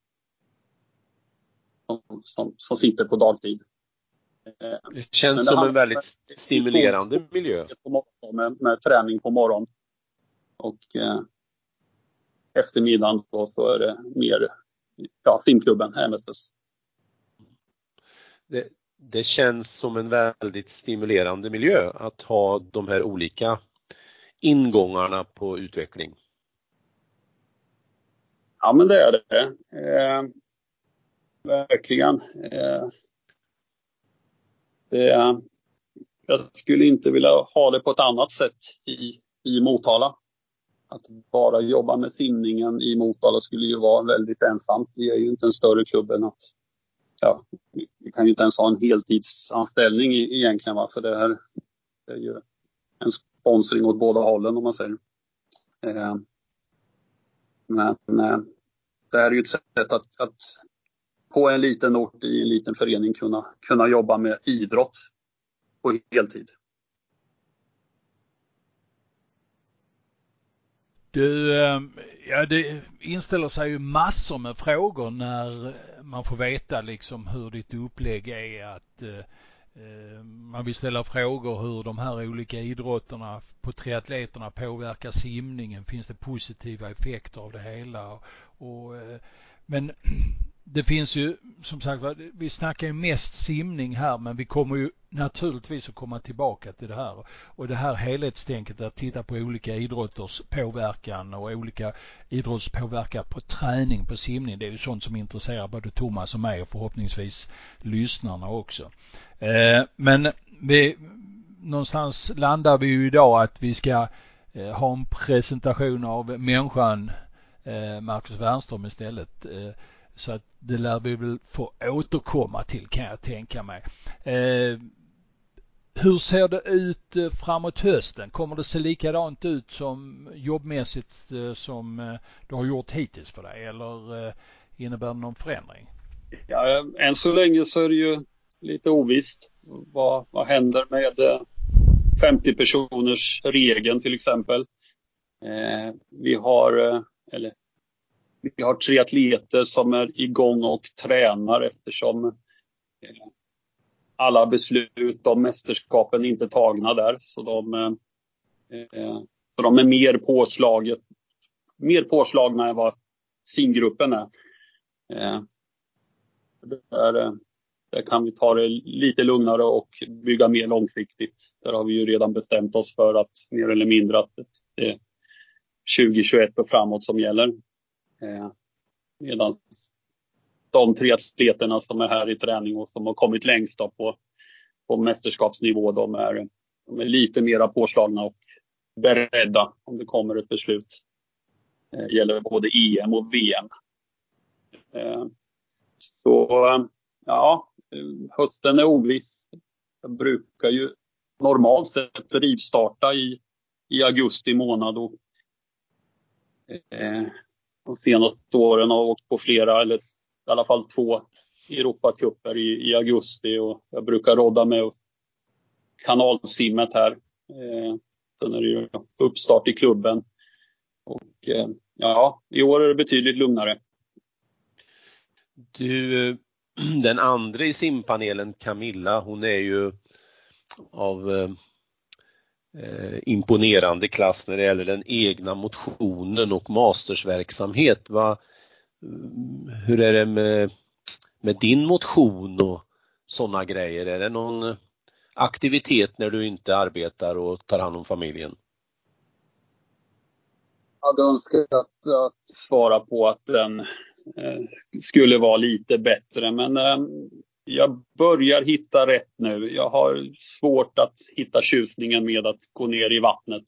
som sitter på dagtid. Det känns som en väldigt stimulerande miljö. Med träning på morgon. Och eftermiddagen då så är det mer simklubben, MSS. Det känns som en väldigt stimulerande miljö att ha de här olika ingångarna på utveckling. Ja, men det är det. Verkligen. Jag skulle inte vilja ha det på ett annat sätt i Motala. Att bara jobba med simningen i Motala skulle ju vara väldigt ensamt. Vi är ju inte en större klubb än att vi kan ju inte ens ha en heltidsanställning egentligen. Va? Så det är ju en sponsring åt båda hållen om man säger. Men det här är ju ett sätt att på en liten ort i en liten förening kunna jobba med idrott på heltid. Det inställer sig ju massor med frågor när man får veta liksom hur ditt upplägg är, att man vill ställa frågor hur de här olika idrotterna på triatleterna påverkar simningen. Finns det positiva effekter av det hela? Men det finns ju, som sagt, vi snackar ju mest simning här, men vi kommer ju naturligtvis att komma tillbaka till det här. Och det här helhetstänket att titta på olika idrotters påverkan och olika idrottspåverkan på träning, på simning, det är ju sånt som intresserar både Thomas och mig och förhoppningsvis lyssnarna också. Men någonstans landar vi ju idag att vi ska ha en presentation av människan Marcus Wernström istället. Så att det lär vi väl få återkomma till, kan jag tänka mig. Hur ser det ut framåt hösten? Kommer det se likadant ut som jobbmässigt som du har gjort hittills för dig? Eller innebär det någon förändring? Ja, än så länge så är det ju lite ovisst. Vad händer med 50 personers regeln till exempel? Vi har 3 atleter som är igång och tränar eftersom alla beslut om mästerskapen inte tagna där. Så de är mer påslagna än vad simgruppen är. Där kan vi ta det lite lugnare och bygga mer långsiktigt. Där har vi ju redan bestämt oss för att mer eller mindre att det är 2021 och framåt som gäller. Medan de 3 atleterna som är här i träning och som har kommit längst på mästerskapsnivå, de är lite mera påslagna och beredda om det kommer ett beslut. Det gäller både EM och VM. Så hösten är oviss. Jag brukar ju normalt sett rivstarta i augusti månad och de senaste åren har åkt på flera, eller i alla fall 2 Europacuper i augusti, och jag brukar rodda med kanalsimmet här. Sen är det ju uppstart i klubben. Och i år är det betydligt lugnare. Du, den andra i simpanelen, Camilla, hon är ju av imponerande klass när det gäller den egna motionen och mastersverksamhet. Hur är det med din motion och sådana grejer? Är det någon aktivitet när du inte arbetar och tar hand om familjen? Jag hade önskat att svara på att den skulle vara lite bättre, men jag börjar hitta rätt nu. Jag har svårt att hitta tjusningen med att gå ner i vattnet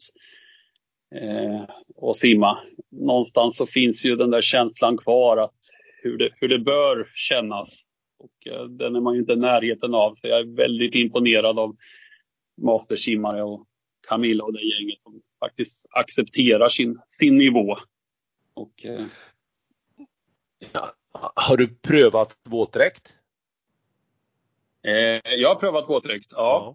och simma. Någonstans så finns ju den där känslan kvar att hur det bör kännas. Och den är man ju inte i närheten av. Så jag är väldigt imponerad av mastersimmare och Camilla och det gänget som faktiskt accepterar sin nivå. Och, har du prövat våtdräkt? Jag har prövat våtdräkt, ja.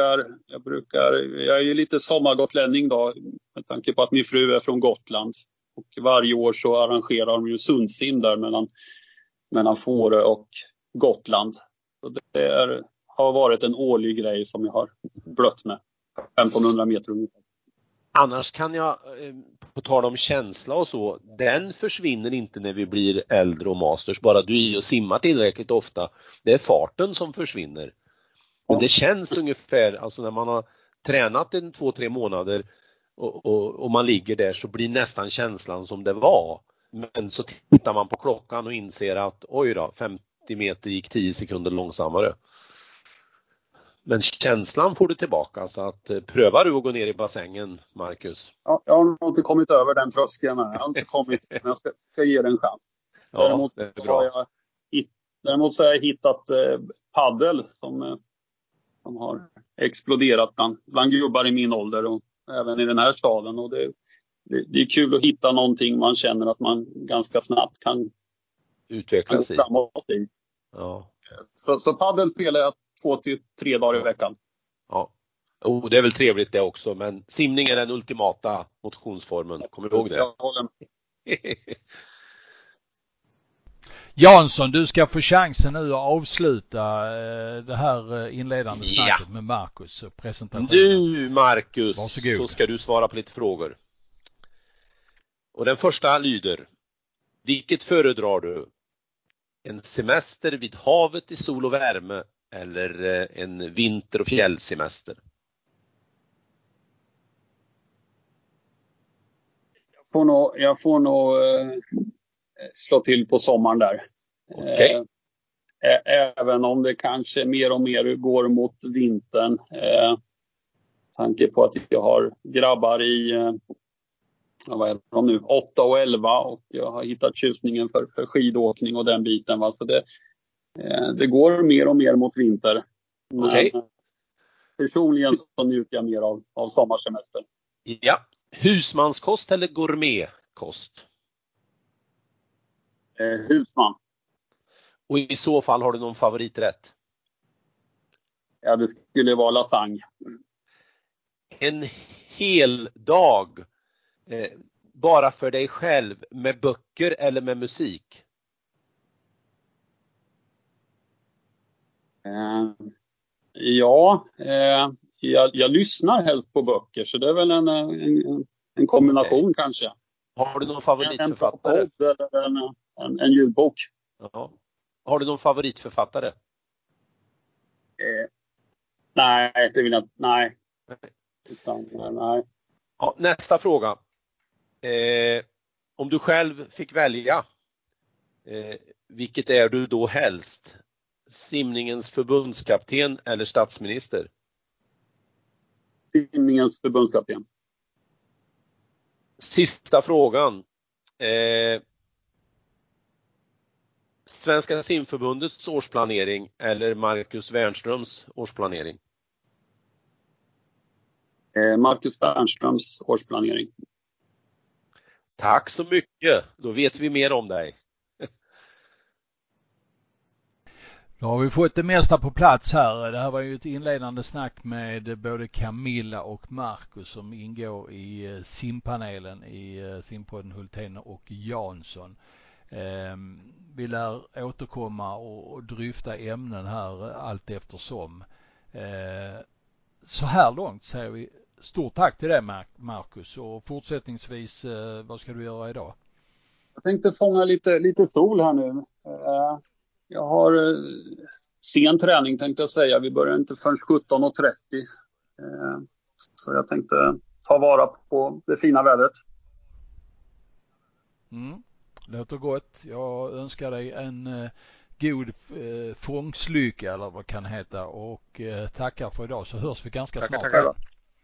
Jag är ju lite sommargotlänning då, med tanke på att min fru är från Gotland. Och varje år så arrangerar de ju sundsim där mellan Fårö och Gotland. Så det har varit en årlig grej som jag har blött med. 1500 meter ungefär. Annars kan jag, på tal om känsla och så, den försvinner inte när vi blir äldre och masters. Bara du är och simmar tillräckligt ofta. Det är farten som försvinner. Men det känns ungefär, alltså när man har tränat 2-3 månader och man ligger där, så blir nästan känslan som det var. Men så tittar man på klockan och inser att oj då, 50 meter gick 10 sekunder långsammare. Men känslan får du tillbaka, så att prövar du att gå ner i bassängen, Marcus? Ja, jag har nog inte kommit över den tröskeln. Jag har inte kommit, men jag ska ge den en chans. Ja, däremot, det är bra. Däremot så har jag hittat paddel som har exploderat bland gubbar i min ålder och även i den här staden. Och det är kul att hitta någonting man känner att man ganska snabbt kan utvecklas i. Framåt i. Ja. Så paddel spelar jag 2-3 dagar i veckan. Ja. Det är väl trevligt det också, men simning är den ultimata motionsformen. Kommer du ihåg det? Jag håller med. Jansson, du ska få chansen nu att avsluta det här inledande snacket med Marcus och presentationen. Du, Marcus, varsågod. Så ska du svara på lite frågor. Och den första lyder: vilket föredrar du? En semester vid havet i sol och värme eller en vinter- och fjällsemester? Jag får nog slå till på sommaren där. Okay. Även om det kanske mer och mer går mot vintern. Tanke på att jag har grabbar i vad är de nu? 8 och 11 och jag har hittat tjusningen för skidåkning och den biten. Va? Så det går mer och mer mot vinter. Okay. Men personligen så njuter jag mer av sommarsemester. Ja. Husmanskost eller gourmetkost? Husman. Och i så fall har du någon favoriträtt? Ja, det skulle vara lasagne. En hel dag bara för dig själv, med böcker eller med musik? Jag lyssnar helst på böcker, så det är väl en kombination kanske. Har du någon favoritförfattare? En podd eller en ljudbok. Ja. Har du någon favoritförfattare? Nej, det vill jag inte. Nej. Nej. Ja, nästa fråga. Om du själv fick välja, vilket är du då helst? Simningens förbundskapten eller statsminister? Simningens förbundskapten. Sista frågan. Svenska simförbundets årsplanering eller Marcus Wernströms årsplanering? Marcus Wernströms årsplanering. Tack så mycket. Då vet vi mer om dig. Då har vi fått det mesta på plats här. Det här var ju ett inledande snack med både Camilla och Marcus som ingår i simpanelen i simpodden Hultén och Jansson. Vi lär återkomma och dryfta ämnen här allt eftersom. Så här långt säger vi stort tack till dig, Marcus, och fortsättningsvis, vad ska du göra idag? Jag tänkte fånga lite sol här nu. Jag har sen träning tänkte jag säga. Vi börjar inte förrän 17:30. Så jag tänkte ta vara på det fina vädret. Låter gott. Jag önskar dig en god fångslycka eller vad kan heta och tackar för idag, så hörs vi ganska snart. Tackar.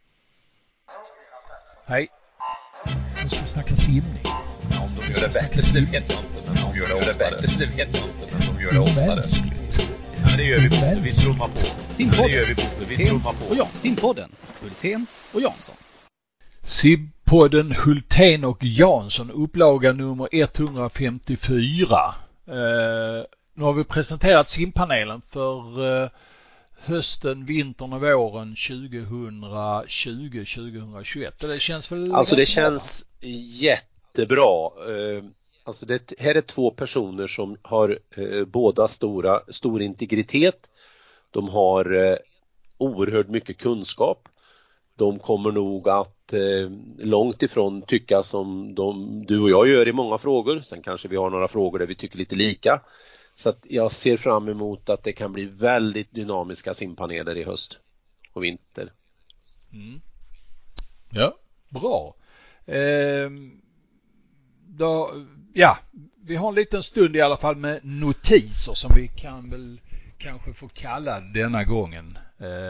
Hej. Nu ska vi snacka simning. Ja, om de gör det bättre, det vet jag inte. Men de gör det bättre, det vet jag inte. Men de gör det oftare. Ja, det gör vi Bosse, vi trummar på. Simpodden, det gör vi Bosse, vi trummar på. Och ja, Simpodden, Hultén och Jansson. Simpodden Hultén och Jansson, upplaga nummer 154. Nu har vi presenterat simpanelen för hösten, vintern och våren 2020-2021. Det känns väl alltså det känns jättebra. Alltså här är 2 personer som har båda stor integritet. De har oerhört mycket kunskap. De kommer nog att långt ifrån tycka som du och jag gör i många frågor. Sen kanske vi har några frågor där vi tycker lite lika. Så att jag ser fram emot att det kan bli väldigt dynamiska simpaneler i höst och vinter. Mm. Ja, bra. Vi har en liten stund i alla fall med notiser som vi kan väl kanske få kalla denna gången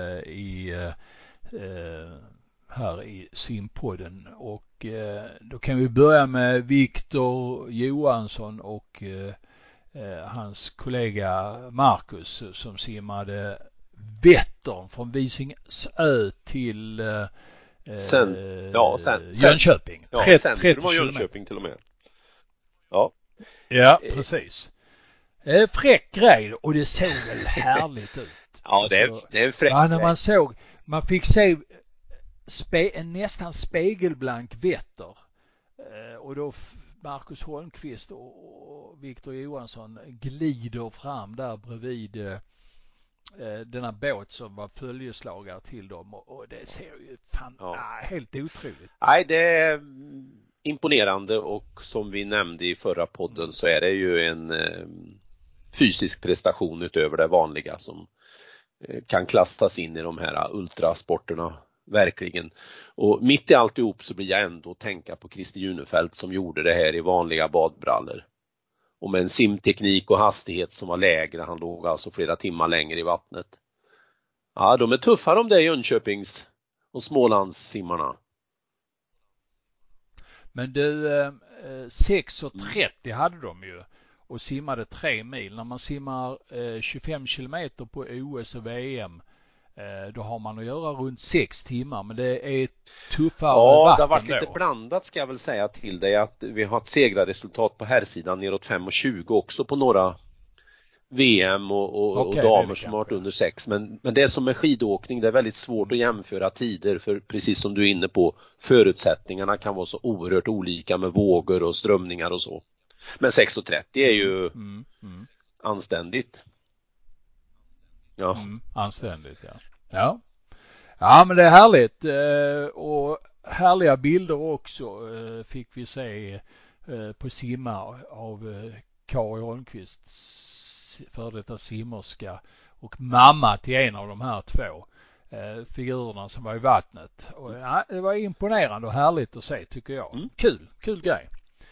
här i simpodden. Och då kan vi börja med Viktor Johansson och hans kollega Marcus som simmade Vättern från Visingsö till Jönköping. Ja, 30 var Jönköping till och med. Ja, precis. Fräck grej och det såg väl härligt ut. Ja, det är en fräck grej. När man fick se en nästan spegelblank Vätter. Och då Marcus Holmqvist och Viktor Johansson glider fram där bredvid denna båt som var följeslagare till dem och det ser ju helt otroligt. Nej, det är imponerande och som vi nämnde i förra podden så är det ju en fysisk prestation utöver det vanliga som kan klassas in i de här ultrasporterna verkligen. Och mitt i alltihop så blir jag ändå tänka på Christer Junefelt som gjorde det här i vanliga badbrallor. Och med en simteknik och hastighet som var lägre. Han låg alltså flera timmar längre i vattnet. Ja, de är tuffa de där Jönköpings och Smålands simmarna. Men du, 6:30 hade de ju och simmade 3 mil. När man simmar 25 kilometer på OS och VM då har man att göra runt 6 timmar. Men det är tuffare vatten. Ja, det har varit lite blandat ska jag väl säga till dig att vi har ett segrarresultat på herrsidan neråt 5:20 också på några VM och damer som har varit under 6. Men det som är skidåkning, det är väldigt svårt att jämföra tider för precis som du är inne på, förutsättningarna kan vara så oerhört olika med vågor och strömningar och så. Men 6:30 är ju anständigt. Ja. Anständigt, ja. Ja, men det är härligt. Och härliga bilder också fick vi se på simma av Kari Holmqvists för detta simmerska och mamma till en av de här 2 figurerna som var i vattnet. Och, det var imponerande och härligt att se tycker jag. Kul grej.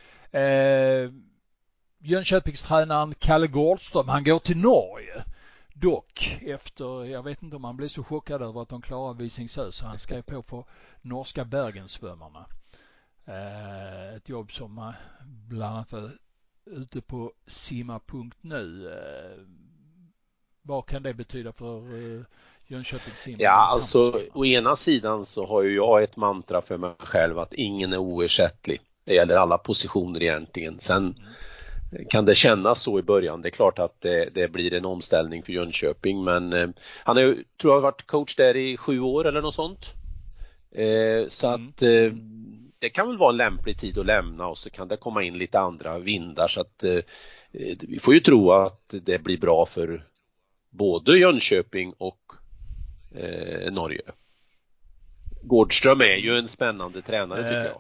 Jönköpingstränaren Kalle Gårdström, han går till Norge. Dock efter, jag vet inte om han blev så chockad över att de klarade Visingsö så han skrev på för norska Bergenssvömmarna. Ett jobb som bland annat var ute på simma.nu. Vad kan det betyda för Jönköpings sim? Ja, alltså å ena sidan så har ju jag ett mantra för mig själv att ingen är oersättlig. Det gäller alla positioner egentligen. Sen kan det kännas så i början. Det är klart att det blir en omställning för Jönköping. Men han har tror jag varit coach där i 7 år eller något sånt. Så att det kan väl vara en lämplig tid att lämna och så kan det komma in lite andra vindar. Så att vi får ju tro att det blir bra för både Jönköping och Norge. Gårdström är ju en spännande tränare tycker jag.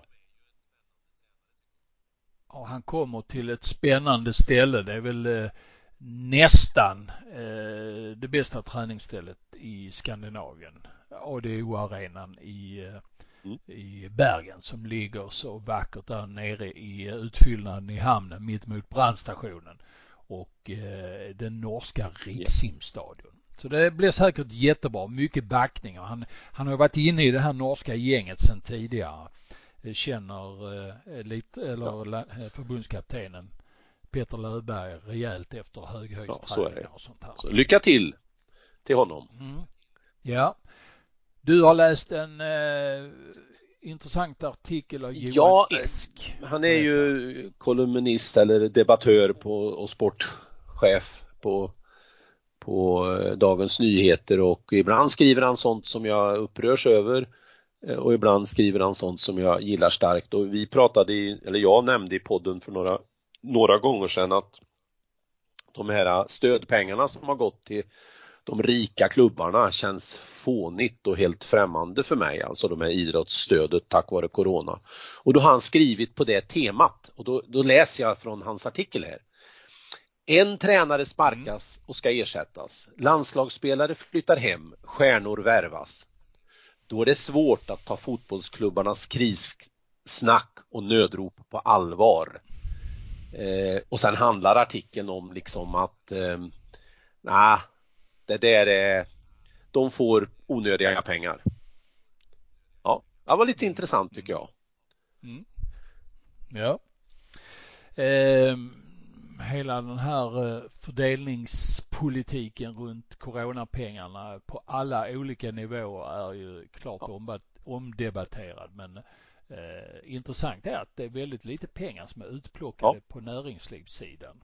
Ja, han kommer till ett spännande ställe. Det är väl nästan det bästa träningsstället i Skandinavien. ADO-arenan i Bergen som ligger så vackert där nere i utfyllnaden i hamnen mitt mot brandstationen och den norska Rikssimstadion. Så det blir säkert jättebra. Mycket backning och han har varit inne i det här norska gänget sedan tidigare. Känner lite eller förbundskaptenen Peter Löfberg rejält efter höghöjdsträningar och sånt här. Så lycka till honom. Ja. Du har läst en intressant artikel av Johan Esk. Han är ju kolumnist eller debattör och sportchef på Dagens Nyheter och ibland skriver han sånt som jag upprörs över. Och ibland skriver han sånt som jag gillar starkt. Och vi jag nämnde i podden för några gånger sedan att de här stödpengarna som har gått till de rika klubbarna känns fånigt och helt främmande för mig. Alltså de här idrottsstödet tack vare corona. Och då har han skrivit på det temat. Och då läser jag från hans artikel här. En tränare sparkas och ska ersättas. Landslagsspelare flyttar hem. Stjärnor värvas. Då är det svårt att ta fotbollsklubbarnas krissnack och nödrop på allvar. Och sen handlar artikeln om liksom att det där är, de får onödiga pengar. Ja, det var lite intressant tycker jag. Mm. Ja. Hela den här fördelningspolitiken runt coronapengarna på alla olika nivåer är ju klart omdebatterad, men intressant är att det är väldigt lite pengar som är utplockade på näringslivssidan.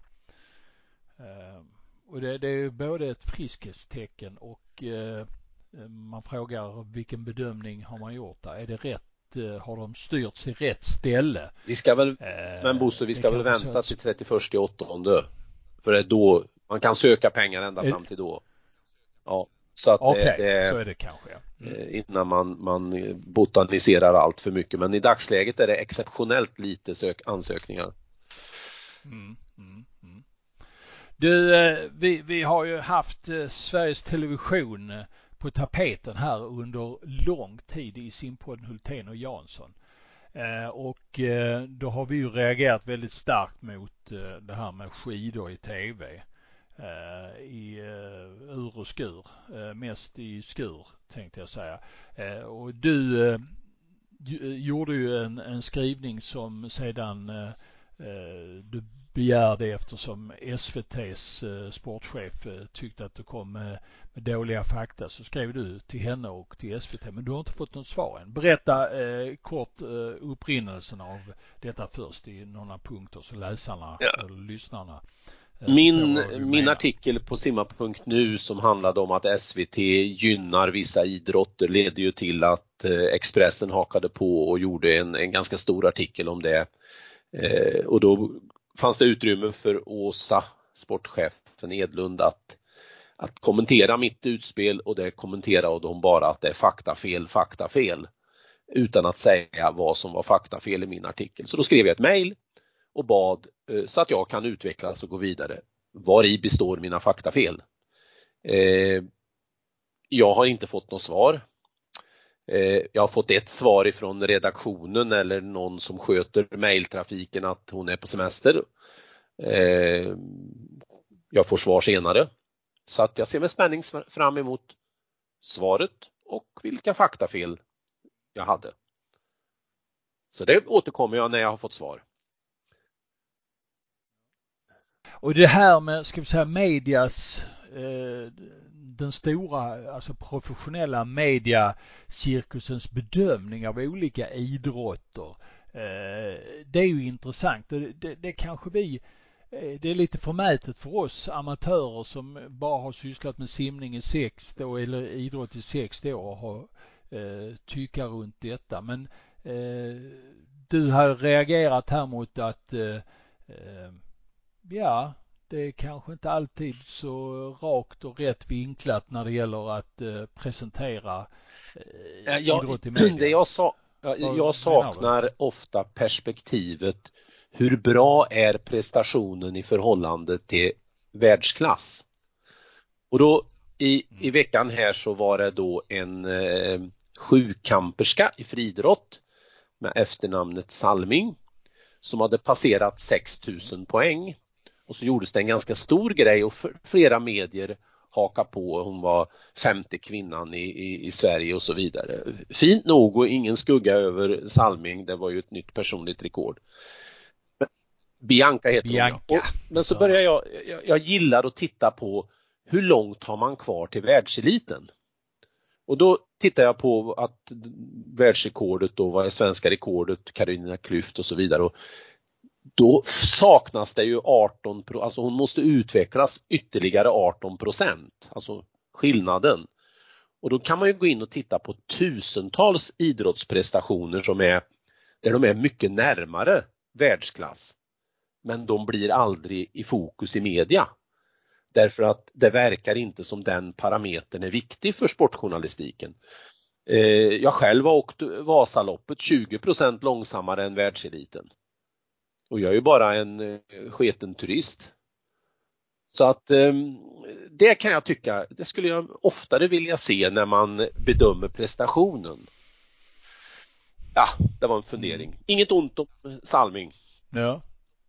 Och det är både ett friskhetstecken och man frågar vilken bedömning har man gjort där? Är det rätt? Har de styrts i rätt ställe? Vi ska väl, men Bosse, vi ska väl vänta till 31/8. För det är då man kan söka pengar ända fram till då. Ja, så att så är det kanske. Innan man botaniserar allt för mycket. Men i dagsläget är det exceptionellt lite ansökningar. Du, vi har ju haft Sveriges Television på tapeten här under lång tid i simpodden Hultén och Jansson. Och då har vi ju reagerat väldigt starkt mot det här med skidor i tv. I ur och skur. Mest i skur tänkte jag säga. Och du gjorde ju en skrivning som sedan du begärde eftersom SVT:s sportchef tyckte att du kom med dåliga fakta, så skrev du till henne och till SVT, men du har inte fått något svar än. Berätta kort upprinnelsen av detta först i några punkter så läsarna eller lyssnarna. Min artikel på simma.nu som handlade om att SVT gynnar vissa idrotter ledde ju till att Expressen hakade på och gjorde en ganska stor artikel om det. Och då fanns det utrymme för Åsa, sportchefen Edlund, att kommentera mitt utspel, och det kommenterade de bara att det är faktafel utan att säga vad som var faktafel i min artikel. Så då skrev jag ett mejl och bad så att jag kan utvecklas och gå vidare. Var i består mina faktafel? Jag har inte fått något svar. Jag har fått ett svar ifrån redaktionen eller någon som sköter mejltrafiken att hon är på semester. Jag får svar senare. Så att jag ser med spänning fram emot svaret och vilka faktafel jag hade. Så det återkommer jag när jag har fått svar. Och det här med, ska vi säga, medias, den stora, alltså professionella mediacirkusens bedömning av olika idrotter, det är ju intressant. Det kanske det är lite förmätet för oss amatörer som bara har sysslat med simning i 6 år eller idrott i 6 år och har tycka runt detta. Men du har reagerat här mot att det är kanske inte alltid så rakt och rätt vinklat när det gäller att presentera idrott i media. Jag saknar ofta perspektivet. Hur bra är prestationen i förhållande till världsklass? Och då i veckan här så var det då en sjukamperska i friidrott med efternamnet Salming som hade passerat 6000 poäng. Och så gjordes det en ganska stor grej och flera medier haka på. Hon var 50 kvinnan i Sverige och så vidare. Fint nog och ingen skugga över Salming. Det var ju ett nytt personligt rekord. Bianca heter hon. Men så börjar jag gillar att titta på hur långt har man kvar till världseliten. Och då tittar jag på att världsrekordet då, vad är svenska rekordet, Carolina Klüft och så vidare. Och då saknas det ju 18%, alltså hon måste utvecklas ytterligare 18%, alltså skillnaden. Och då kan man ju gå in och titta på tusentals idrottsprestationer där de är mycket närmare världsklass. Men de blir aldrig i fokus i media. Därför att det verkar inte som den parametern är viktig för sportjournalistiken. Jag själv har åkt Vasaloppet 20% långsammare än världseliten. Och jag är ju bara en sketen turist. Så att det kan jag tycka, det skulle jag oftare vilja se när man bedömer prestationen. Ja, det var en fundering. Inget ont om Salming. Ja.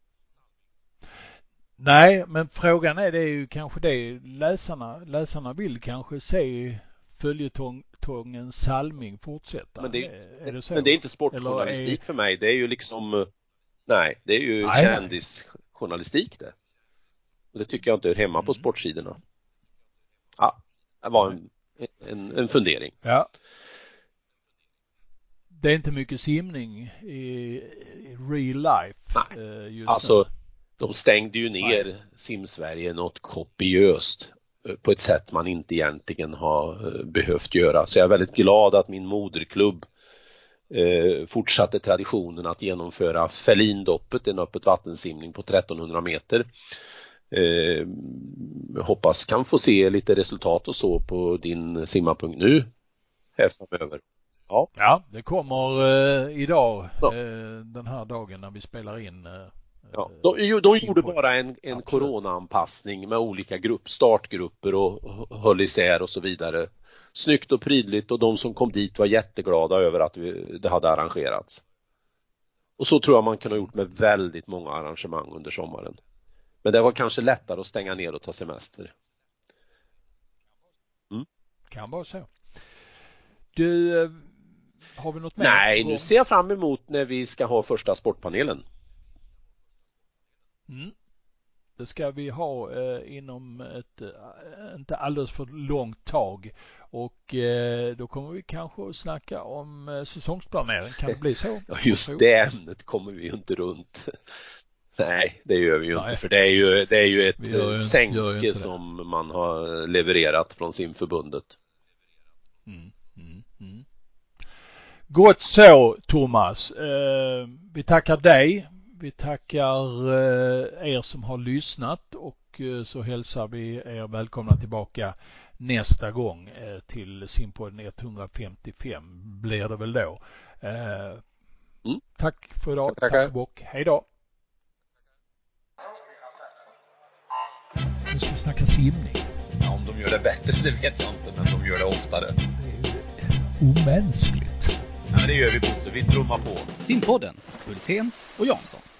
Nej, men frågan är, det är ju kanske det läsarna vill kanske se följetongen Salming fortsätta. Men det är är inte sportjournalistik för mig. Det är ju liksom, nej, det är ju kändisjournalistik det. Och det tycker jag inte är hemma på sportsidorna. Ja, det var en fundering. Ja. Det är inte mycket simning i real life. Nej, just alltså nu. De stängde ju ner Simsverige något kopiöst på ett sätt man inte egentligen har behövt göra. Så jag är väldigt glad att min moderklubb fortsatte traditionen att genomföra Fällindoppet, en öppet vattensimning på 1300 meter. Hoppas kan få se lite resultat och så på din simma.nu här framöver. Ja, det kommer idag, den här dagen när vi spelar in. Ja, de gjorde bara en coronaanpassning med olika startgrupper och höll isär och så vidare. Snyggt och prydligt, och de som kom dit var jätteglada över att det hade arrangerats. Och så tror jag man kunde ha gjort med väldigt många arrangemang under sommaren. Men det var kanske lättare att stänga ner och ta semester. Kan vara så. Du, har vi något mer? Nej, nu ser jag fram emot när vi ska ha första sportpanelen. Det ska vi ha inom ett inte alldeles för långt tag, och då kommer vi kanske att snacka om säsongsplanering. Kan det bli så? Ja, just det ämnet kommer vi ju inte runt. Nej, det gör vi ju inte, för det är ju ett sänke som man har levererat från simförbundet. Gott så, Thomas. Vi tackar dig. Vi tackar er som har lyssnat, och så hälsar vi er välkomna tillbaka nästa gång till Simpodden 155 blir det väl då. Tack för idag. Tack och hej då. Nu ska vi snacka simning. Ja, om de gör det bättre, det vet jag inte, men de gör det oftare. Det är ju omänskligt. Ja, det gör vi, Bosse. Vi trummar på. Simpodden, Hultén och Jansson.